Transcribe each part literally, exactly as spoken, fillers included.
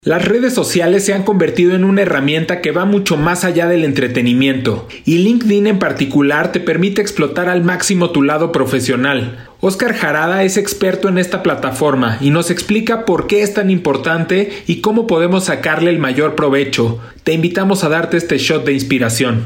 Las redes sociales se han convertido en una herramienta que va mucho más allá del entretenimiento, y LinkedIn en particular te permite explotar al máximo tu lado profesional. Óscar Jarada es experto en esta plataforma y nos explica por qué es tan importante y cómo podemos sacarle el mayor provecho. Te invitamos a darte este shot de inspiración.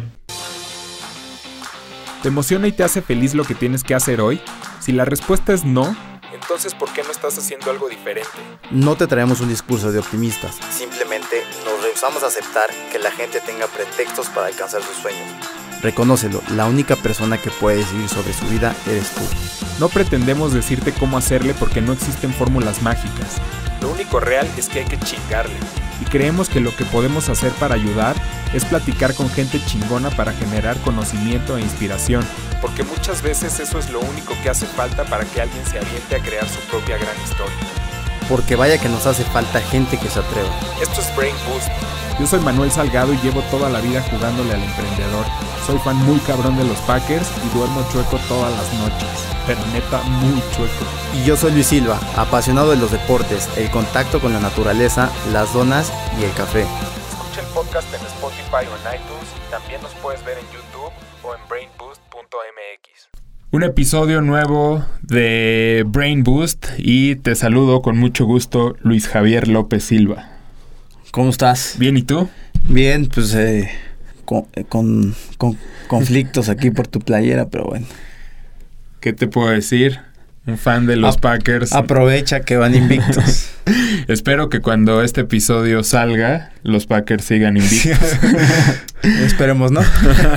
¿Te emociona y te hace feliz lo que tienes que hacer hoy? Si la respuesta es no, entonces ¿por qué no estás haciendo algo diferente? No te traemos un discurso de optimistas. Simplemente nos rehusamos a aceptar que la gente tenga pretextos para alcanzar sus sueños. Reconócelo, la única persona que puede decidir sobre su vida eres tú. No pretendemos decirte cómo hacerle porque no existen fórmulas mágicas. Lo único real es que hay que chingarle. Y creemos que lo que podemos hacer para ayudar es platicar con gente chingona para generar conocimiento e inspiración. Porque muchas veces eso es lo único que hace falta para que alguien se aviente a crear su propia gran historia. Porque vaya que nos hace falta gente que se atreva. Esto es Brain Boost. Yo soy Manuel Salgado y llevo toda la vida jugándole al emprendedor. Soy fan muy cabrón de los Packers y duermo chueco todas las noches. Pero neta, muy chueco. Y yo soy Luis Silva, apasionado de los deportes, el contacto con la naturaleza, las donas y el café. Escucha el podcast en Spotify o en iTunes. También nos puedes ver en YouTube o en brain boost punto m x. Un episodio nuevo de Brain Boost y te saludo con mucho gusto, Luis Javier López Silva. ¿Cómo estás? Bien, ¿y tú? Bien, pues eh, con, con, con conflictos aquí por tu playera, pero bueno. ¿Qué te puedo decir? Un fan de los A- Packers. Aprovecha que van invictos. Espero que cuando este episodio salga, los Packers sigan invictos. Esperemos, ¿no?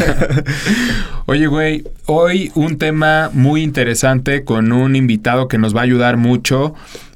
Oye, güey, hoy un tema muy interesante con un invitado que nos va a ayudar mucho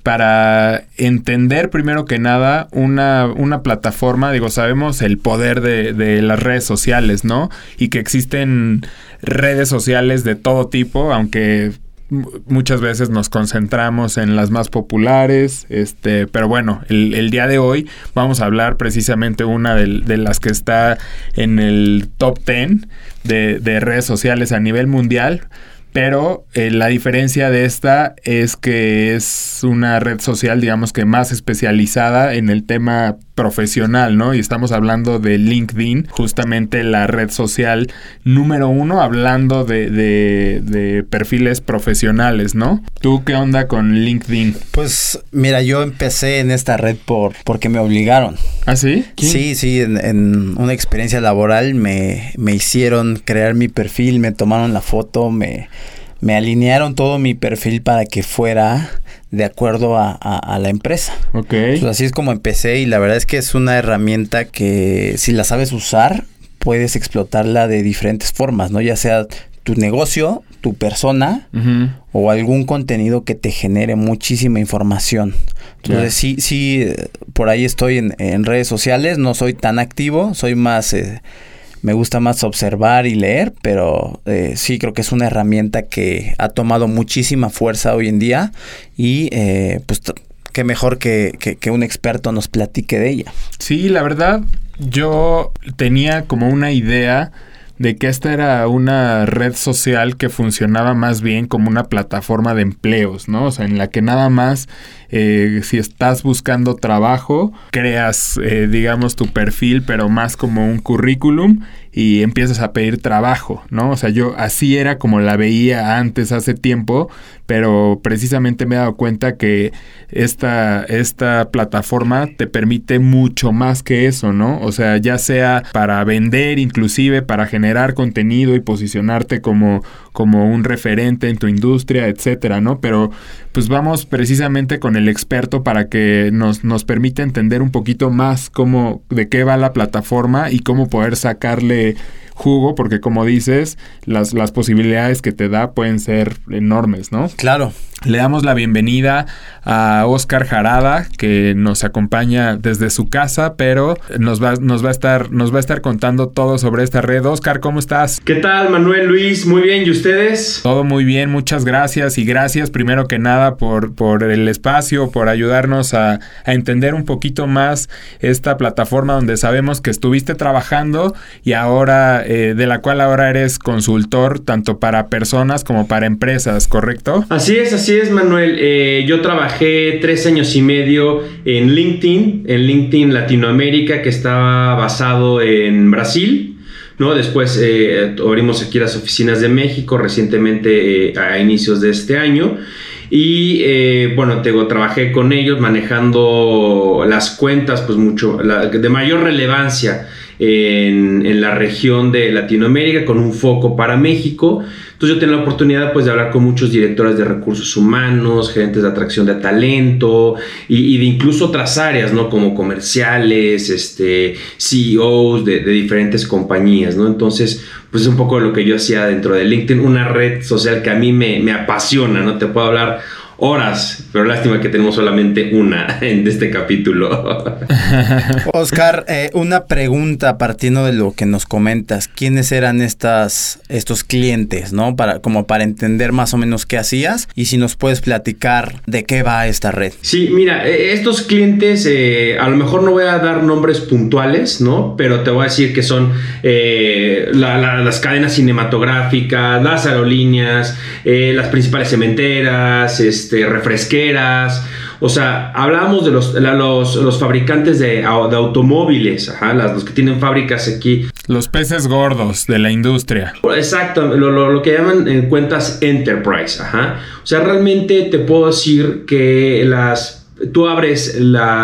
para entender primero que nada una, una plataforma. Digo, sabemos el poder de, de las redes sociales, ¿no? Y que existen redes sociales de todo tipo, aunque muchas veces nos concentramos en las más populares, este, pero bueno, el, el día de hoy vamos a hablar precisamente una de, de las que está en el top diez de, de redes sociales a nivel mundial. Pero eh, la diferencia de esta es que es una red social, digamos que más especializada en el tema profesional, ¿no? Y estamos hablando de LinkedIn, justamente la red social número uno, hablando de, de, de perfiles profesionales, ¿no? ¿Tú qué onda con LinkedIn? Pues mira, yo empecé en esta red por porque me obligaron. ¿Ah, sí? Sí, sí, en, en una experiencia laboral me, me hicieron crear mi perfil, me tomaron la foto, me, me alinearon todo mi perfil para que fuera de acuerdo a, a, a la empresa. Ok. Pues así es como empecé y la verdad es que es una herramienta que si la sabes usar, puedes explotarla de diferentes formas, ¿no? Ya sea tu negocio, tu persona Uh-huh. o algún contenido que te genere muchísima información. Entonces Yeah. sí, sí, eh, por ahí estoy en, en redes sociales, no soy tan activo, soy más, eh, me gusta más observar y leer, pero eh, sí creo que es una herramienta que ha tomado muchísima fuerza hoy en día y eh, pues t- qué mejor que, que, que un experto nos platique de ella. Sí, la verdad, yo tenía como una idea de que esta era una red social que funcionaba más bien como una plataforma de empleos, ¿no? O sea, en la que nada más, eh, si estás buscando trabajo, creas, eh, digamos, tu perfil, pero más como un currículum y empiezas a pedir trabajo, ¿no? O sea, yo así era como la veía antes, hace tiempo, pero precisamente me he dado cuenta que esta, esta plataforma te permite mucho más que eso, ¿no? O sea, ya sea para vender, inclusive para generar contenido y posicionarte como, como un referente en tu industria, etcétera, ¿no? Pero pues vamos precisamente con el experto para que nos, nos permita entender un poquito más cómo, de qué va la plataforma y cómo poder sacarle jugo, porque como dices, las, las posibilidades que te da pueden ser enormes, ¿no? Claro. Le damos la bienvenida a Óscar Jarada, que nos acompaña desde su casa, pero nos va, nos va a estar, nos va a estar contando todo sobre esta red. Óscar, ¿cómo estás? ¿Qué tal, Manuel, Luis? Muy bien, ¿y ustedes? Todo muy bien, muchas gracias y gracias primero que nada por, por el espacio, por ayudarnos a, a entender un poquito más esta plataforma donde sabemos que estuviste trabajando y ahora, eh, de la cual ahora eres consultor tanto para personas como para empresas, ¿correcto? Así es, así Así es, Manuel. Eh, yo trabajé tres años y medio en LinkedIn, en LinkedIn Latinoamérica, que estaba basado en Brasil, ¿no? Después eh, abrimos aquí las oficinas de México recientemente eh, a inicios de este año. Y eh, bueno, te digo, trabajé con ellos manejando las cuentas pues mucho la, de mayor relevancia en, en la región de Latinoamérica, con un foco para México. Entonces yo tenía la oportunidad pues de hablar con muchos directores de recursos humanos, gerentes de atracción de talento y, y de incluso otras áreas, ¿no? Como comerciales, este, C E Os de, de diferentes compañías, ¿no? Entonces pues es un poco lo que yo hacía dentro de LinkedIn, una red social que a mí me, me apasiona, ¿no? Te puedo hablar horas, pero lástima que tenemos solamente una en este capítulo. Oscar, eh, una pregunta partiendo de lo que nos comentas. ¿Quiénes eran estas, estos clientes, no? Para, como para entender más o menos qué hacías y si nos puedes platicar de qué va esta red. Sí, mira, estos clientes, eh, a lo mejor no voy a dar nombres puntuales, ¿no? Pero te voy a decir que son eh, la, la, las cadenas cinematográficas, las aerolíneas, eh, las principales cementeras, este, refresqueras. O sea, hablábamos de los, la, los, los fabricantes de, de automóviles, ajá, las, los que tienen fábricas aquí. Los peces gordos de la industria. Exacto, lo, lo, lo que llaman en cuentas enterprise, ajá. O sea, realmente te puedo decir que las... Tú abres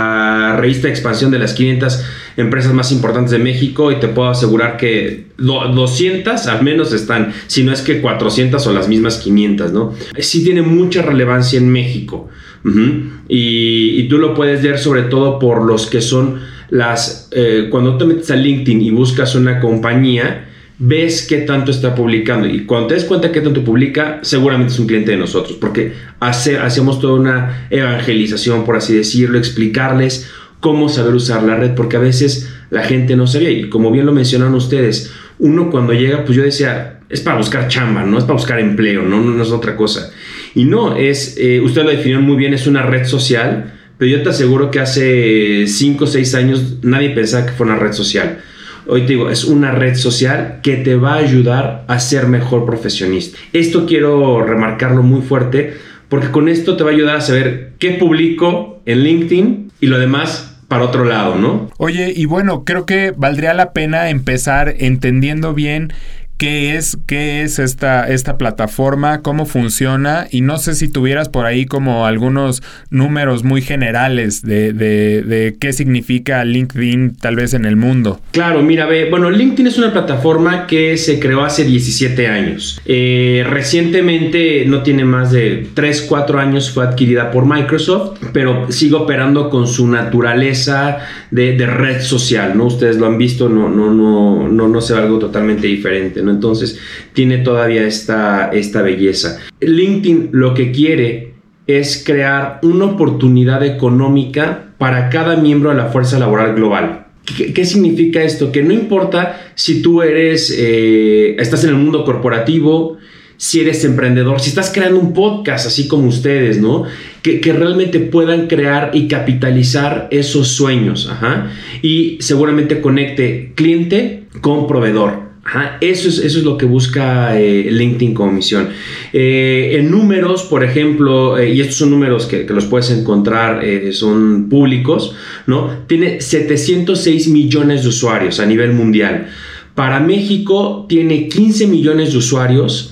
la revista de expansión de las quinientas empresas más importantes de México y te puedo asegurar que doscientas al menos están, si no es que cuatrocientas o las mismas quinientas, ¿no? Sí tiene mucha relevancia en México. Uh-huh. y, y tú lo puedes ver sobre todo por los que son las... Eh, cuando te metes a LinkedIn y buscas una compañía, ves qué tanto está publicando, y cuando te des cuenta qué tanto publica, seguramente es un cliente de nosotros, porque hace, hacemos toda una evangelización, por así decirlo, explicarles cómo saber usar la red, porque a veces la gente no sabía, y como bien lo mencionaron ustedes, uno cuando llega, pues yo decía, es para buscar chamba, no es para buscar empleo, no, no, no es otra cosa, y no, es, eh, usted lo definió muy bien, es una red social, pero yo te aseguro que hace cinco o seis años nadie pensaba que fuera una red social. Hoy te digo, es una red social que te va a ayudar a ser mejor profesionista. Esto quiero remarcarlo muy fuerte, porque con esto te va a ayudar a saber qué publico en LinkedIn y lo demás para otro lado, ¿no? Oye, y bueno, creo que valdría la pena empezar entendiendo bien qué es, qué es esta, esta plataforma, cómo funciona, y no sé si tuvieras por ahí como algunos números muy generales de, de, de qué significa LinkedIn tal vez en el mundo. Claro, mira, ve, bueno, LinkedIn es una plataforma que se creó hace diecisiete años. Eh, recientemente, no tiene más de tres, cuatro años, fue adquirida por Microsoft, pero sigue operando con su naturaleza de, de red social, ¿no? Ustedes lo han visto, no, no, no, no, no se ve algo totalmente diferente, ¿no? Entonces tiene todavía esta, esta belleza. LinkedIn lo que quiere es crear una oportunidad económica para cada miembro de la fuerza laboral global. ¿Qué, qué significa esto? Que no importa si tú eres, eh, estás en el mundo corporativo, si eres emprendedor, si estás creando un podcast así como ustedes, ¿no? Que, que realmente puedan crear y capitalizar esos sueños. Ajá. Y seguramente conecte cliente con proveedor. Ajá, eso es, eso es lo que busca eh, LinkedIn como misión. Eh, en números, por ejemplo, eh, y estos son números que, que los puedes encontrar, eh, son públicos, ¿no? Tiene setecientos seis millones de usuarios a nivel mundial. Para México tiene quince millones de usuarios.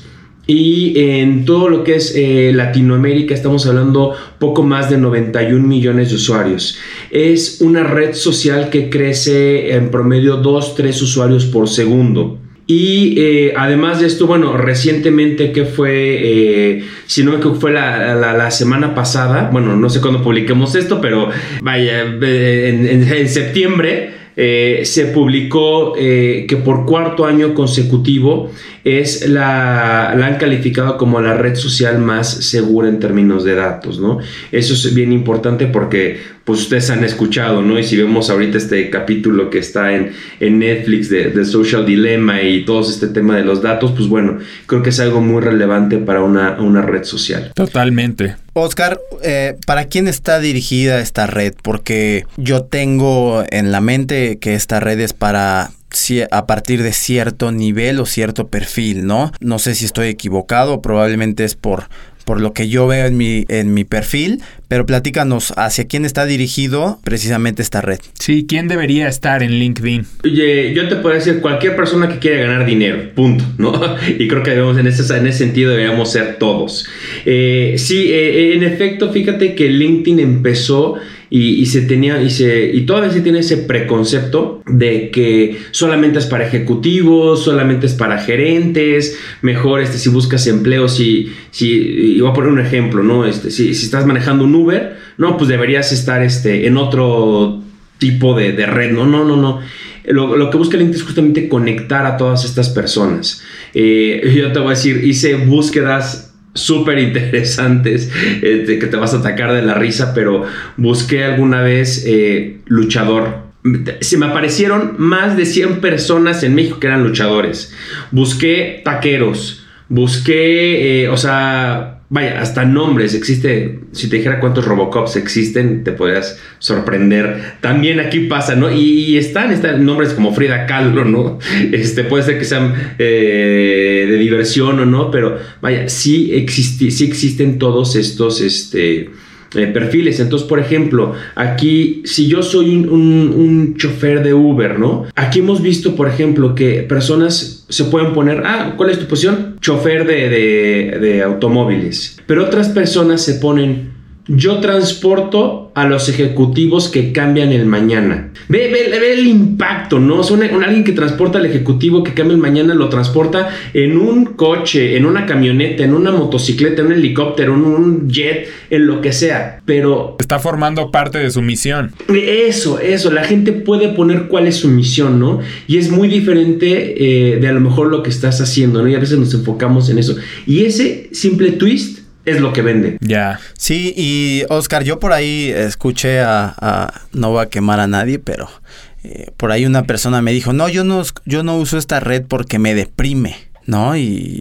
Y en todo lo que es eh, Latinoamérica estamos hablando poco más de noventa y un millones de usuarios. Es una red social que crece en promedio dos, tres usuarios por segundo. Y eh, además de esto, bueno, recientemente que fue, eh, si no me equivoco, fue la, la, la semana pasada, bueno, no sé cuándo publiquemos esto, pero vaya, en, en, en septiembre eh, se publicó eh, que por cuarto año consecutivo es la, la han calificado como la red social más segura en términos de datos, ¿no? Eso es bien importante porque pues ustedes han escuchado, ¿no? Y si vemos ahorita este capítulo que está en, en Netflix de, de Social Dilemma y todo este tema de los datos, pues bueno, creo que es algo muy relevante para una, una red social. Totalmente. Oscar, eh, ¿para quién está dirigida esta red? Porque yo tengo en la mente que esta red es para... a partir de cierto nivel o cierto perfil, ¿no? No sé si estoy equivocado, probablemente es por, por lo que yo veo en mi, en mi perfil, pero platícanos, ¿hacia quién está dirigido precisamente esta red? Sí, ¿quién debería estar en LinkedIn? Oye, yo te puedo decir cualquier persona que quiera ganar dinero, punto, ¿no? Y creo que debemos, en ese, en ese sentido deberíamos ser todos. Eh, sí, eh, en efecto, fíjate que LinkedIn empezó y, y se tenía y se y todavía se tiene ese preconcepto de que solamente es para ejecutivos, solamente es para gerentes, mejor este si buscas empleo, si si y voy a poner un ejemplo, ¿no? Este si, si estás manejando un Uber, no, pues deberías estar este en otro tipo de, de red, no, no, no, no. Lo, lo que busca LinkedIn es justamente conectar a todas estas personas. Eh, yo te voy a decir, hice búsquedas súper interesantes, eh, de que te vas a atacar de la risa, pero busqué alguna vez eh, luchador. Se me aparecieron más de cien personas en México que eran luchadores. Busqué taqueros, busqué, eh, o sea... Vaya, hasta nombres, existe, si te dijera cuántos Robocops existen, te podrías sorprender. También aquí pasa, ¿no? Y, y están, están nombres como Frida Kahlo, ¿no? Este, puede ser que sean eh, de diversión o no, pero vaya, sí, existi, sí existen todos estos, este... Eh, perfiles. Entonces, por ejemplo, aquí, si yo soy un, un, un chofer de Uber, ¿no? Aquí hemos visto, por ejemplo, que personas se pueden poner, ah, ¿cuál es tu posición? Chofer de, de, de automóviles. Pero otras personas se ponen, yo transporto a los ejecutivos que cambian el mañana. Ve, ve, ve el impacto, ¿no? O sea, un, un, alguien que transporta al ejecutivo que cambia el mañana lo transporta en un coche, en una camioneta, en una motocicleta, en un helicóptero, en un jet, en lo que sea. Pero... está formando parte de su misión. Eso, eso. La gente puede poner cuál es su misión, ¿no? Y es muy diferente eh, de a lo mejor lo que estás haciendo, ¿no? Y a veces nos enfocamos en eso. Y ese simple twist es lo que vende. Ya. Yeah. Sí, y Oscar, yo por ahí escuché a, a... no voy a quemar a nadie, pero eh, por ahí una persona me dijo, no, yo no, yo no uso esta red porque me deprime, ¿no? Y,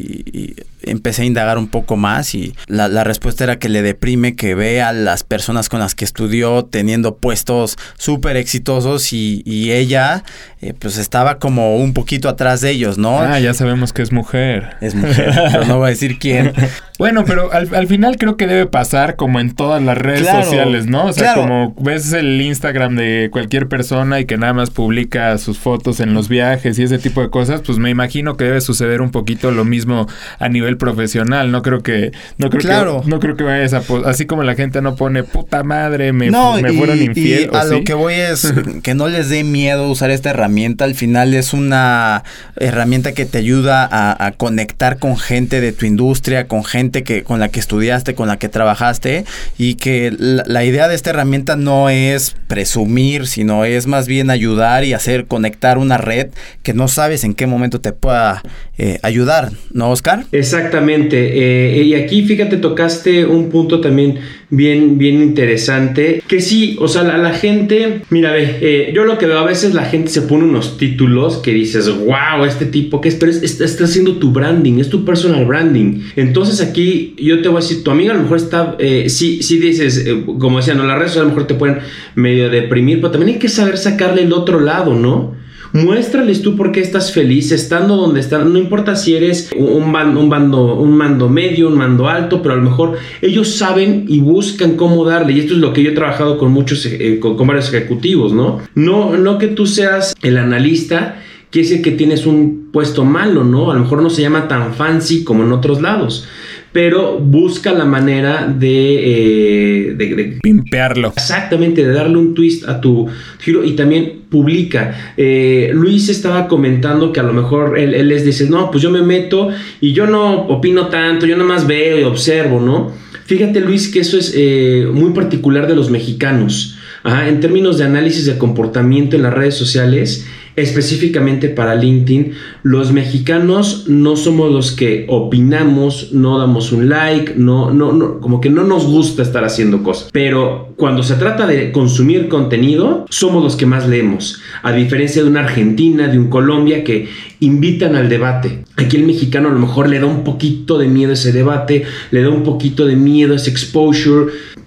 y empecé a indagar un poco más y la, la respuesta era que le deprime que ve a las personas con las que estudió teniendo puestos súper exitosos y, y ella eh, pues estaba como un poquito atrás de ellos, ¿no? Ah, ya sabemos que es mujer. Es mujer, pero no voy a decir quién. Bueno, pero al, al final creo que debe pasar como en todas las redes claro, sociales, ¿no? O sea, claro. Como ves el Instagram de cualquier persona y que nada más publica sus fotos en los viajes y ese tipo de cosas, pues me imagino que debe suceder un poquito lo mismo a nivel profesional. No creo que no creo claro. que no creo que vayas a así como la gente no pone puta madre, me, no, me y, fueron infiel. Y a ¿sí? lo que voy es que no les dé miedo usar esta herramienta. Al final es una herramienta que te ayuda a, a conectar con gente de tu industria, con gente que con la que estudiaste, con la que trabajaste, y que la, la idea de esta herramienta no es presumir, sino es más bien ayudar y hacer conectar una red que no sabes en qué momento te pueda eh, ayudar, ¿no, Oscar? Exactamente. Eh, y aquí, fíjate, tocaste un punto también bien, bien interesante, que sí, o sea, la, la gente, mira, ve, eh, yo lo que veo a veces la gente se pone unos títulos que dices, wow, este tipo, ¿qué es? Pero es, es, está haciendo tu branding, es tu personal branding. Entonces aquí yo te voy a decir, tu amiga a lo mejor está, eh, sí, sí dices, eh, como decían, ¿no? Las redes sociales a lo mejor te pueden medio deprimir, pero también hay que saber sacarle el otro lado, ¿no? Muéstrales tú por qué estás feliz estando donde están. No importa si eres un bando, un bando, un mando medio, un mando alto, pero a lo mejor ellos saben y buscan cómo darle. Y esto es lo que yo he trabajado con muchos, eh, con, con varios ejecutivos, ¿no? No, no que tú seas el analista, quiere decir que tienes un puesto malo, ¿no? A lo mejor no se llama tan fancy como en otros lados, pero busca la manera de, eh, de, de pimpearlo. Exactamente, de darle un twist a tu giro y también publica. Eh, Luis estaba comentando que a lo mejor él, él les dice, no, pues yo me meto y yo no opino tanto, yo nada más veo y observo, ¿no? Fíjate, Luis, que eso es eh, muy particular de los mexicanos. Ajá, en términos de análisis de comportamiento en las redes sociales, específicamente para LinkedIn, los mexicanos no somos los que opinamos, no damos un like, no, no, no, como que no nos gusta estar haciendo cosas. Pero cuando se trata de consumir contenido, somos los que más leemos. A diferencia de una Argentina, de un Colombia, que invitan al debate. Aquí el mexicano a lo mejor le da un poquito de miedo ese debate, le da un poquito de miedo ese exposure.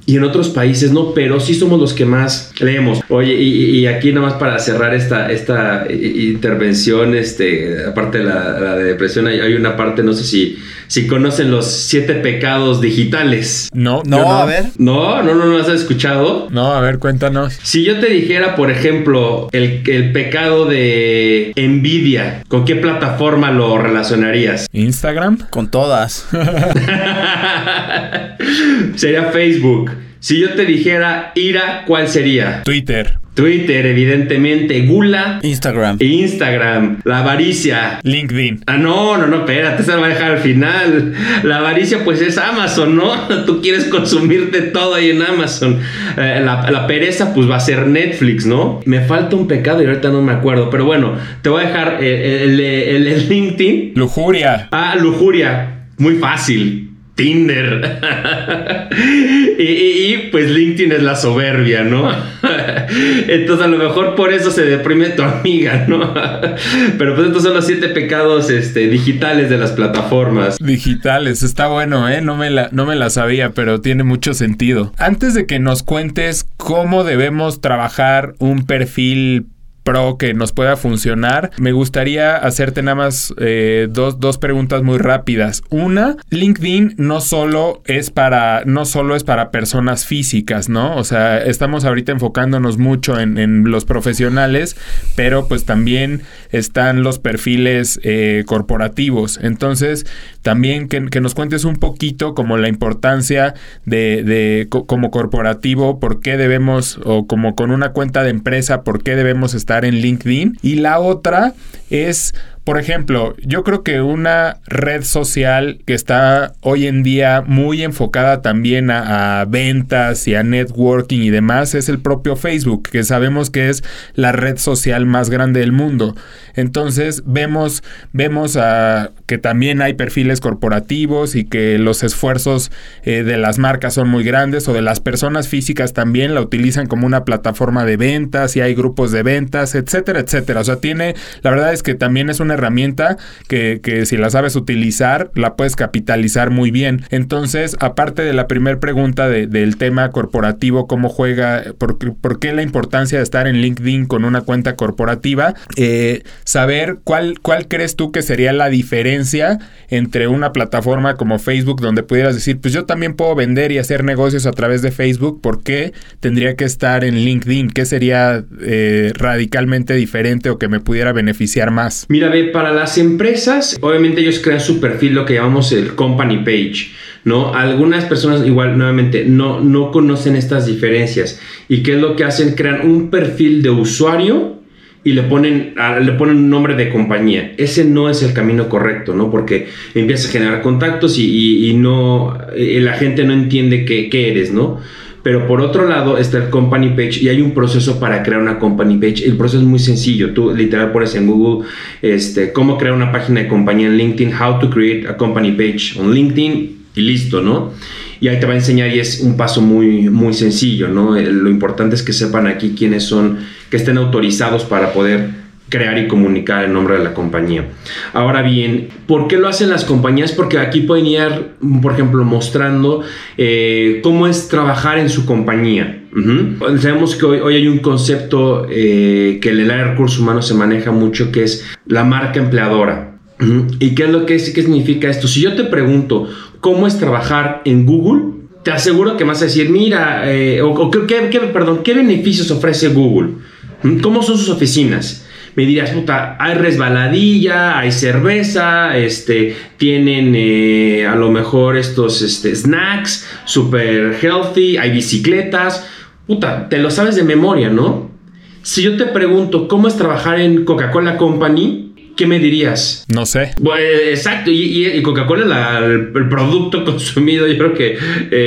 y en otros países no, pero sí somos los que más leemos. Oye, y, y aquí nomás para cerrar esta, esta intervención, este, aparte de la, la de depresión, hay, hay una parte, no sé si, si conocen los siete pecados digitales. No, no, no, a ver. No, no, no, no has escuchado. No, a ver, cuéntanos. Si yo te dijera, por ejemplo, el, el pecado de envidia, ¿con qué plataforma lo relacionarías? ¿Instagram? Con todas. Sería Facebook. Si yo te dijera ira, ¿cuál sería? Twitter. Twitter, evidentemente. Gula. Instagram. Instagram. La avaricia. LinkedIn. Ah, no, no, no, espérate, se la voy a dejar al final. La avaricia, pues es Amazon, ¿no? Tú quieres consumirte todo ahí en Amazon. Eh, la, la pereza, pues va a ser Netflix, ¿no? Me falta un pecado y ahorita no me acuerdo. Pero bueno, te voy a dejar el, el, el, el LinkedIn. Lujuria. Ah, lujuria. Muy fácil. Tinder. y, y, y pues LinkedIn es la soberbia, ¿no? Entonces a lo mejor por eso se deprime tu amiga, ¿no? Pero pues estos son los siete pecados este, digitales de las plataformas. Digitales, está bueno, ¿eh? No me la, no me la sabía, pero tiene mucho sentido. Antes de que nos cuentes cómo debemos trabajar un perfil pro que nos pueda funcionar, me gustaría hacerte nada más eh, dos, dos preguntas muy rápidas. Una, LinkedIn no solo es para no solo es para personas físicas, ¿no? O sea, estamos ahorita enfocándonos mucho en, en los profesionales, pero pues también están los perfiles eh, corporativos. Entonces, también que, que nos cuentes un poquito como la importancia de, de co- como corporativo, por qué debemos, o como con una cuenta de empresa, por qué debemos estar en LinkedIn. Y la otra es, por ejemplo, yo creo que una red social que está hoy en día muy enfocada también a, a ventas y a networking y demás es el propio Facebook, que sabemos que es la red social más grande del mundo. Entonces vemos, vemos a, que también hay perfiles corporativos y que los esfuerzos eh, de las marcas son muy grandes, o de las personas físicas también la utilizan como una plataforma de ventas y hay grupos de ventas, etcétera, etcétera. O sea, tiene, la verdad es que también es una herramienta que, que si la sabes utilizar, la puedes capitalizar muy bien. Entonces, aparte de la primera pregunta de, del tema corporativo, cómo juega, por, por qué la importancia de estar en LinkedIn con una cuenta corporativa, eh, saber cuál, cuál crees tú que sería la diferencia entre una plataforma como Facebook, donde pudieras decir, pues yo también puedo vender y hacer negocios a través de Facebook, ¿por qué tendría que estar en LinkedIn? ¿Qué sería eh, radicalmente diferente o que me pudiera beneficiar más? Mira, ve, para las empresas, obviamente ellos crean su perfil, lo que llamamos el company page, ¿no? Algunas personas igual, nuevamente, no, no conocen estas diferencias. ¿Y qué es lo que hacen? Crean un perfil de usuario y le ponen, le ponen un nombre de compañía. Ese no es el camino correcto, ¿no? Porque empieza a generar contactos y, y, y no, y la gente no entiende qué, qué eres, ¿no? Pero por otro lado está el company page y hay un proceso para crear una company page. El proceso es muy sencillo. Tú literal pones en Google este, cómo crear una página de compañía en LinkedIn, how to create a company page on LinkedIn y listo, ¿no? Y ahí te va a enseñar y es un paso muy, muy sencillo, ¿no? Lo importante es que sepan aquí quiénes son, que estén autorizados para poder crear y comunicar el nombre de la compañía. Ahora bien, ¿por qué lo hacen las compañías? Porque aquí pueden ir, por ejemplo, mostrando eh, cómo es trabajar en su compañía. Uh-huh. Sabemos que hoy, hoy hay un concepto eh, que en el área de recursos humanos se maneja mucho, que es la marca empleadora. Uh-huh. ¿Y qué es lo que es, qué significa esto? Si yo te pregunto cómo es trabajar en Google, te aseguro que me vas a decir, mira, eh, o, o ¿qué, qué, perdón, ¿qué beneficios ofrece Google? ¿Cómo son sus oficinas? Me dirás, puta, hay resbaladilla, hay cerveza, este, tienen eh, a lo mejor estos este, snacks super healthy, hay bicicletas. Puta, te lo sabes de memoria, ¿no? Si yo te pregunto cómo es trabajar en Coca-Cola Company, ¿qué me dirías? No sé. Bueno, exacto, y, y, y Coca-Cola es la, el, el producto consumido, yo creo que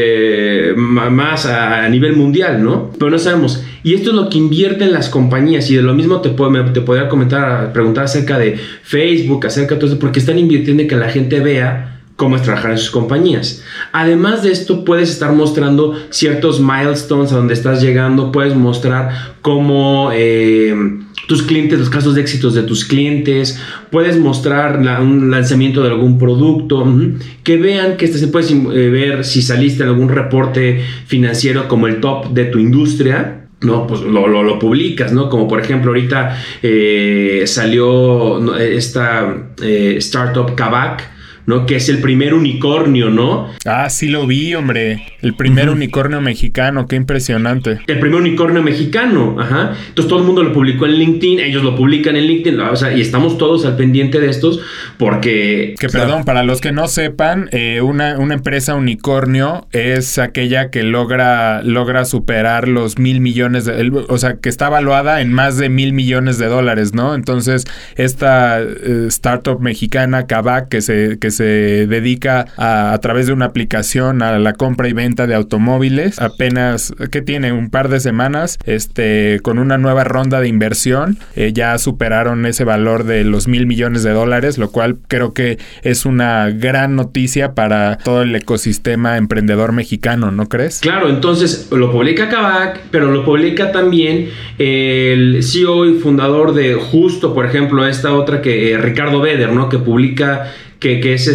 eh, más a, a nivel mundial, ¿no? Pero no sabemos. Y esto es lo que invierten las compañías. Y de lo mismo te, puedo, me, te podría comentar, preguntar acerca de Facebook, acerca de todo eso, porque están invirtiendo en que la gente vea cómo es trabajar en sus compañías. Además de esto, puedes estar mostrando ciertos milestones a donde estás llegando, puedes mostrar cómo... Eh, tus clientes, los casos de éxitos de tus clientes, puedes mostrar la, un lanzamiento de algún producto, uh-huh, que vean que este se puede eh, ver si saliste en algún reporte financiero como el top de tu industria. No, pues lo, lo, lo publicas, ¿no? Como por ejemplo ahorita eh, salió esta eh, startup Kavak, ¿no? Que es el primer unicornio, ¿no? Ah, sí lo vi, hombre. El primer uh-huh. unicornio mexicano, qué impresionante. El primer unicornio mexicano, ajá. Entonces todo el mundo lo publicó en LinkedIn, ellos lo publican en LinkedIn, o sea, y estamos todos al pendiente de estos porque... Que perdón, claro, para los que no sepan, eh, una, una empresa unicornio es aquella que logra, logra superar los mil millones, de, el, o sea, que está valuada en más de mil millones de dólares, ¿no? Entonces, esta eh, startup mexicana, Kavak, que se... que se dedica a, a través de una aplicación a la compra y venta de automóviles. Apenas, ¿qué tiene? Un par de semanas, este, con una nueva ronda de inversión, eh, ya superaron ese valor de los mil millones de dólares, lo cual creo que es una gran noticia para todo el ecosistema emprendedor mexicano, ¿no crees? Claro, entonces lo publica Kavak, pero lo publica también el C E O y fundador de Justo, por ejemplo, esta otra que eh, Ricardo Beder, ¿no? Que publica Que, que es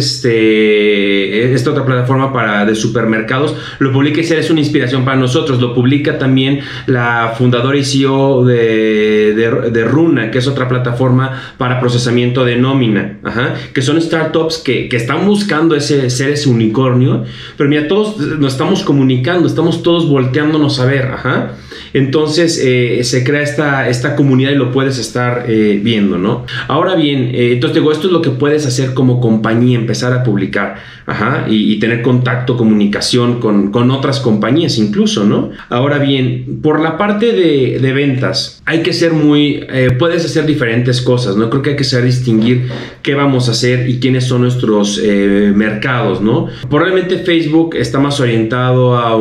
este esta otra plataforma para de supermercados, lo publica y es una inspiración para nosotros. Lo publica también la fundadora y C E O de, de, de Runa, que es otra plataforma para procesamiento de nómina, ajá, que son startups que, que están buscando ese, ser ese unicornio, pero mira, todos nos estamos comunicando, estamos todos volteándonos a ver, ajá. Entonces eh, se crea esta, esta comunidad y lo puedes estar eh, viendo, ¿no? Ahora bien, eh, entonces digo, esto es lo que puedes hacer como compañía, empezar a publicar, ajá, y, y tener contacto, comunicación con, con otras compañías incluso, ¿no? Ahora bien, por la parte de, de ventas, hay que ser muy, eh, puedes hacer diferentes cosas, ¿no? Creo que hay que saber distinguir qué vamos a hacer y quiénes son nuestros eh, mercados, ¿no? Probablemente Facebook está más orientado a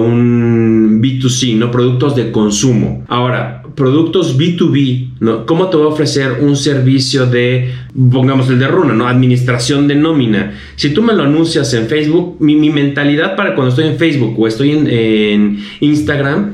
un B dos C, ¿no? Productos de consumo. Ahora, productos B dos B, ¿no? ¿Cómo te voy a ofrecer un servicio de, pongamos el de Runa, ¿no? Administración de nómina? Si tú me lo anuncias en Facebook, mi, mi mentalidad para cuando estoy en Facebook o estoy en, en Instagram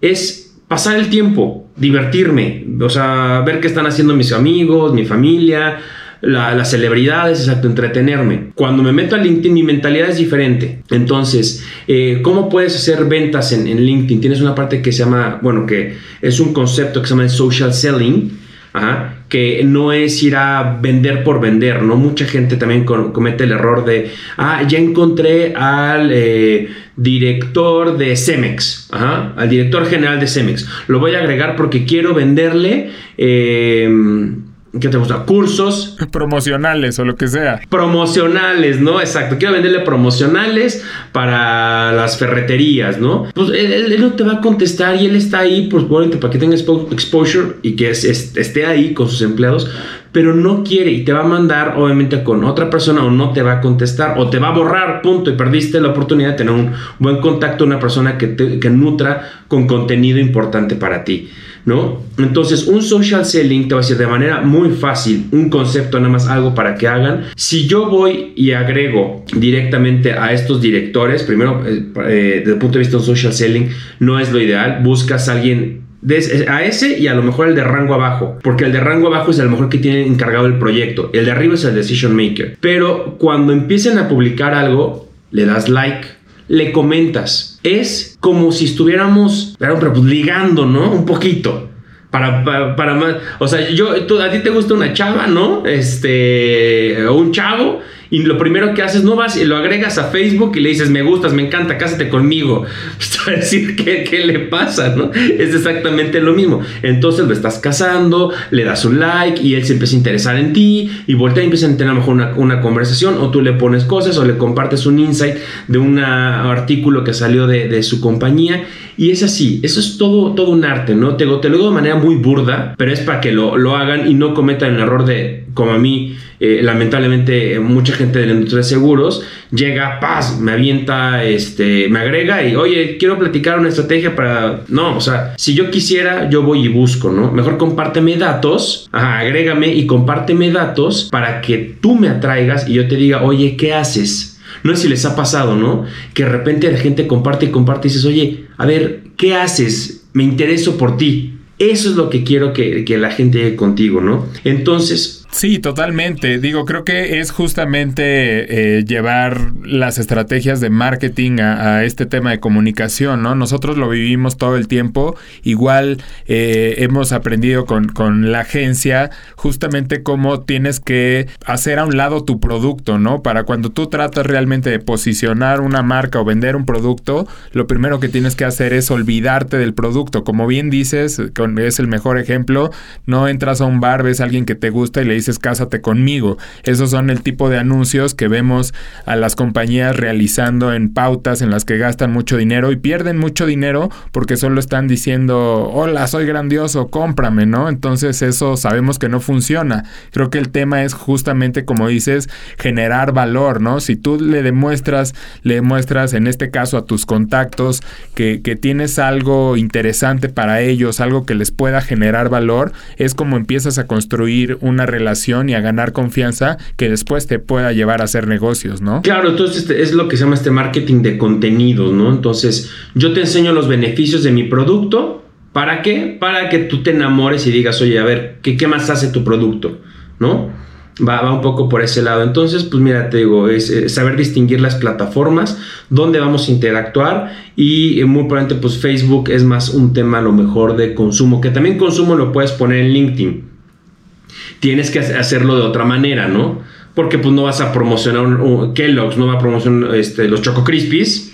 es pasar el tiempo, divertirme, o sea, ver qué están haciendo mis amigos, mi familia, La, las celebridades, exacto, entretenerme. Cuando me meto a LinkedIn, mi mentalidad es diferente. Entonces, eh, ¿cómo puedes hacer ventas en, en LinkedIn? Tienes una parte que se llama, bueno, que es un concepto que se llama social selling, ajá, que no es ir a vender por vender, ¿no? Mucha gente también con, comete el error de, ah, ya encontré al eh, director de Cemex, ajá, al director general de Cemex. Lo voy a agregar porque quiero venderle... Eh, ¿Qué te gusta? Cursos promocionales o lo que sea. Promocionales, ¿no? Exacto. Quiero venderle promocionales para las ferreterías, ¿no? Pues él, él, él no te va a contestar y él está ahí, pues, bueno, para que tenga exposure y que es, es, esté ahí con sus empleados, pero no quiere y te va a mandar, obviamente, con otra persona o no te va a contestar o te va a borrar, punto, y perdiste la oportunidad de tener un buen contacto, una persona que, te, que nutra con contenido importante para ti, ¿no? Entonces, un social selling te va a decir de manera muy fácil, un concepto, nada más algo para que hagan. Si yo voy y agrego directamente a estos directores, primero, eh, eh, desde el punto de vista de un social selling, no es lo ideal. Buscas a alguien de, a ese y a lo mejor el de rango abajo, porque el de rango abajo es a lo mejor que tiene encargado el proyecto, el de arriba es el decision maker. Pero cuando empiecen a publicar algo, le das like, le comentas. Es como si estuviéramos, pero, pero pues ligando, ¿no? Un poquito. Para, para, para más. O sea, yo, tú, a ti te gusta una chava, ¿no? Este. O un chavo. Y lo primero que haces, no vas y lo agregas a Facebook y le dices, me gustas, me encanta, cásate conmigo. Pues te va a decir, ¿qué, qué le pasa, no? Es exactamente lo mismo. Entonces lo estás casando, le das un like y él se empieza a interesar en ti y voltea y empieza a tener a lo mejor una, una conversación, o tú le pones cosas o le compartes un insight de un artículo que salió de, de su compañía. Y es así, eso es todo, todo un arte, ¿no? Te, te lo digo de manera muy burda, pero es para que lo, lo hagan y no cometan el error de, como a mí, eh, lamentablemente, eh, mucha gente de la industria de seguros llega, paz, me avienta, este, me agrega y, oye, quiero platicar una estrategia para... No, o sea, si yo quisiera, yo voy y busco, ¿no? Mejor compárteme datos, ajá, agrégame y compárteme datos para que tú me atraigas y yo te diga, oye, ¿qué haces? No sé si les ha pasado, ¿no? Que de repente la gente comparte y comparte y dices, oye, a ver, ¿qué haces? Me intereso por ti. Eso es lo que quiero que, que la gente llegue contigo, ¿no? Entonces... Sí, totalmente. Digo, creo que es justamente eh, llevar las estrategias de marketing a, a este tema de comunicación, ¿no? Nosotros lo vivimos todo el tiempo. Igual eh, hemos aprendido con, con la agencia justamente cómo tienes que hacer a un lado tu producto, ¿no? Para cuando tú tratas realmente de posicionar una marca o vender un producto, lo primero que tienes que hacer es olvidarte del producto. Como bien dices, con, es el mejor ejemplo, no entras a un bar, ves a alguien que te gusta y le dices cásate conmigo. Esos son el tipo de anuncios que vemos a las compañías realizando en pautas en las que gastan mucho dinero y pierden mucho dinero porque solo están diciendo hola, soy grandioso, cómprame, ¿no? Entonces eso sabemos que no funciona. Creo que el tema es justamente, como dices, generar valor, ¿no? Si tú le demuestras, le demuestras en este caso a tus contactos que, que tienes algo interesante para ellos, algo que les pueda generar valor, es como empiezas a construir una relación y a ganar confianza que después te pueda llevar a hacer negocios, ¿no? Claro, entonces es lo que se llama este marketing de contenidos, ¿no? Entonces yo te enseño los beneficios de mi producto. ¿Para qué? Para que tú te enamores y digas, oye, a ver, ¿qué, qué más hace tu producto? ¿No? Va, va un poco por ese lado. Entonces, pues mira, te digo, es, es saber distinguir las plataformas, dónde vamos a interactuar y eh, muy probablemente pues Facebook es más un tema a lo mejor de consumo, que también consumo lo puedes poner en LinkedIn. Tienes que hacerlo de otra manera, ¿no? Porque pues no vas a promocionar un, un, Kellogg's, no va a promocionar este, los Choco Crispies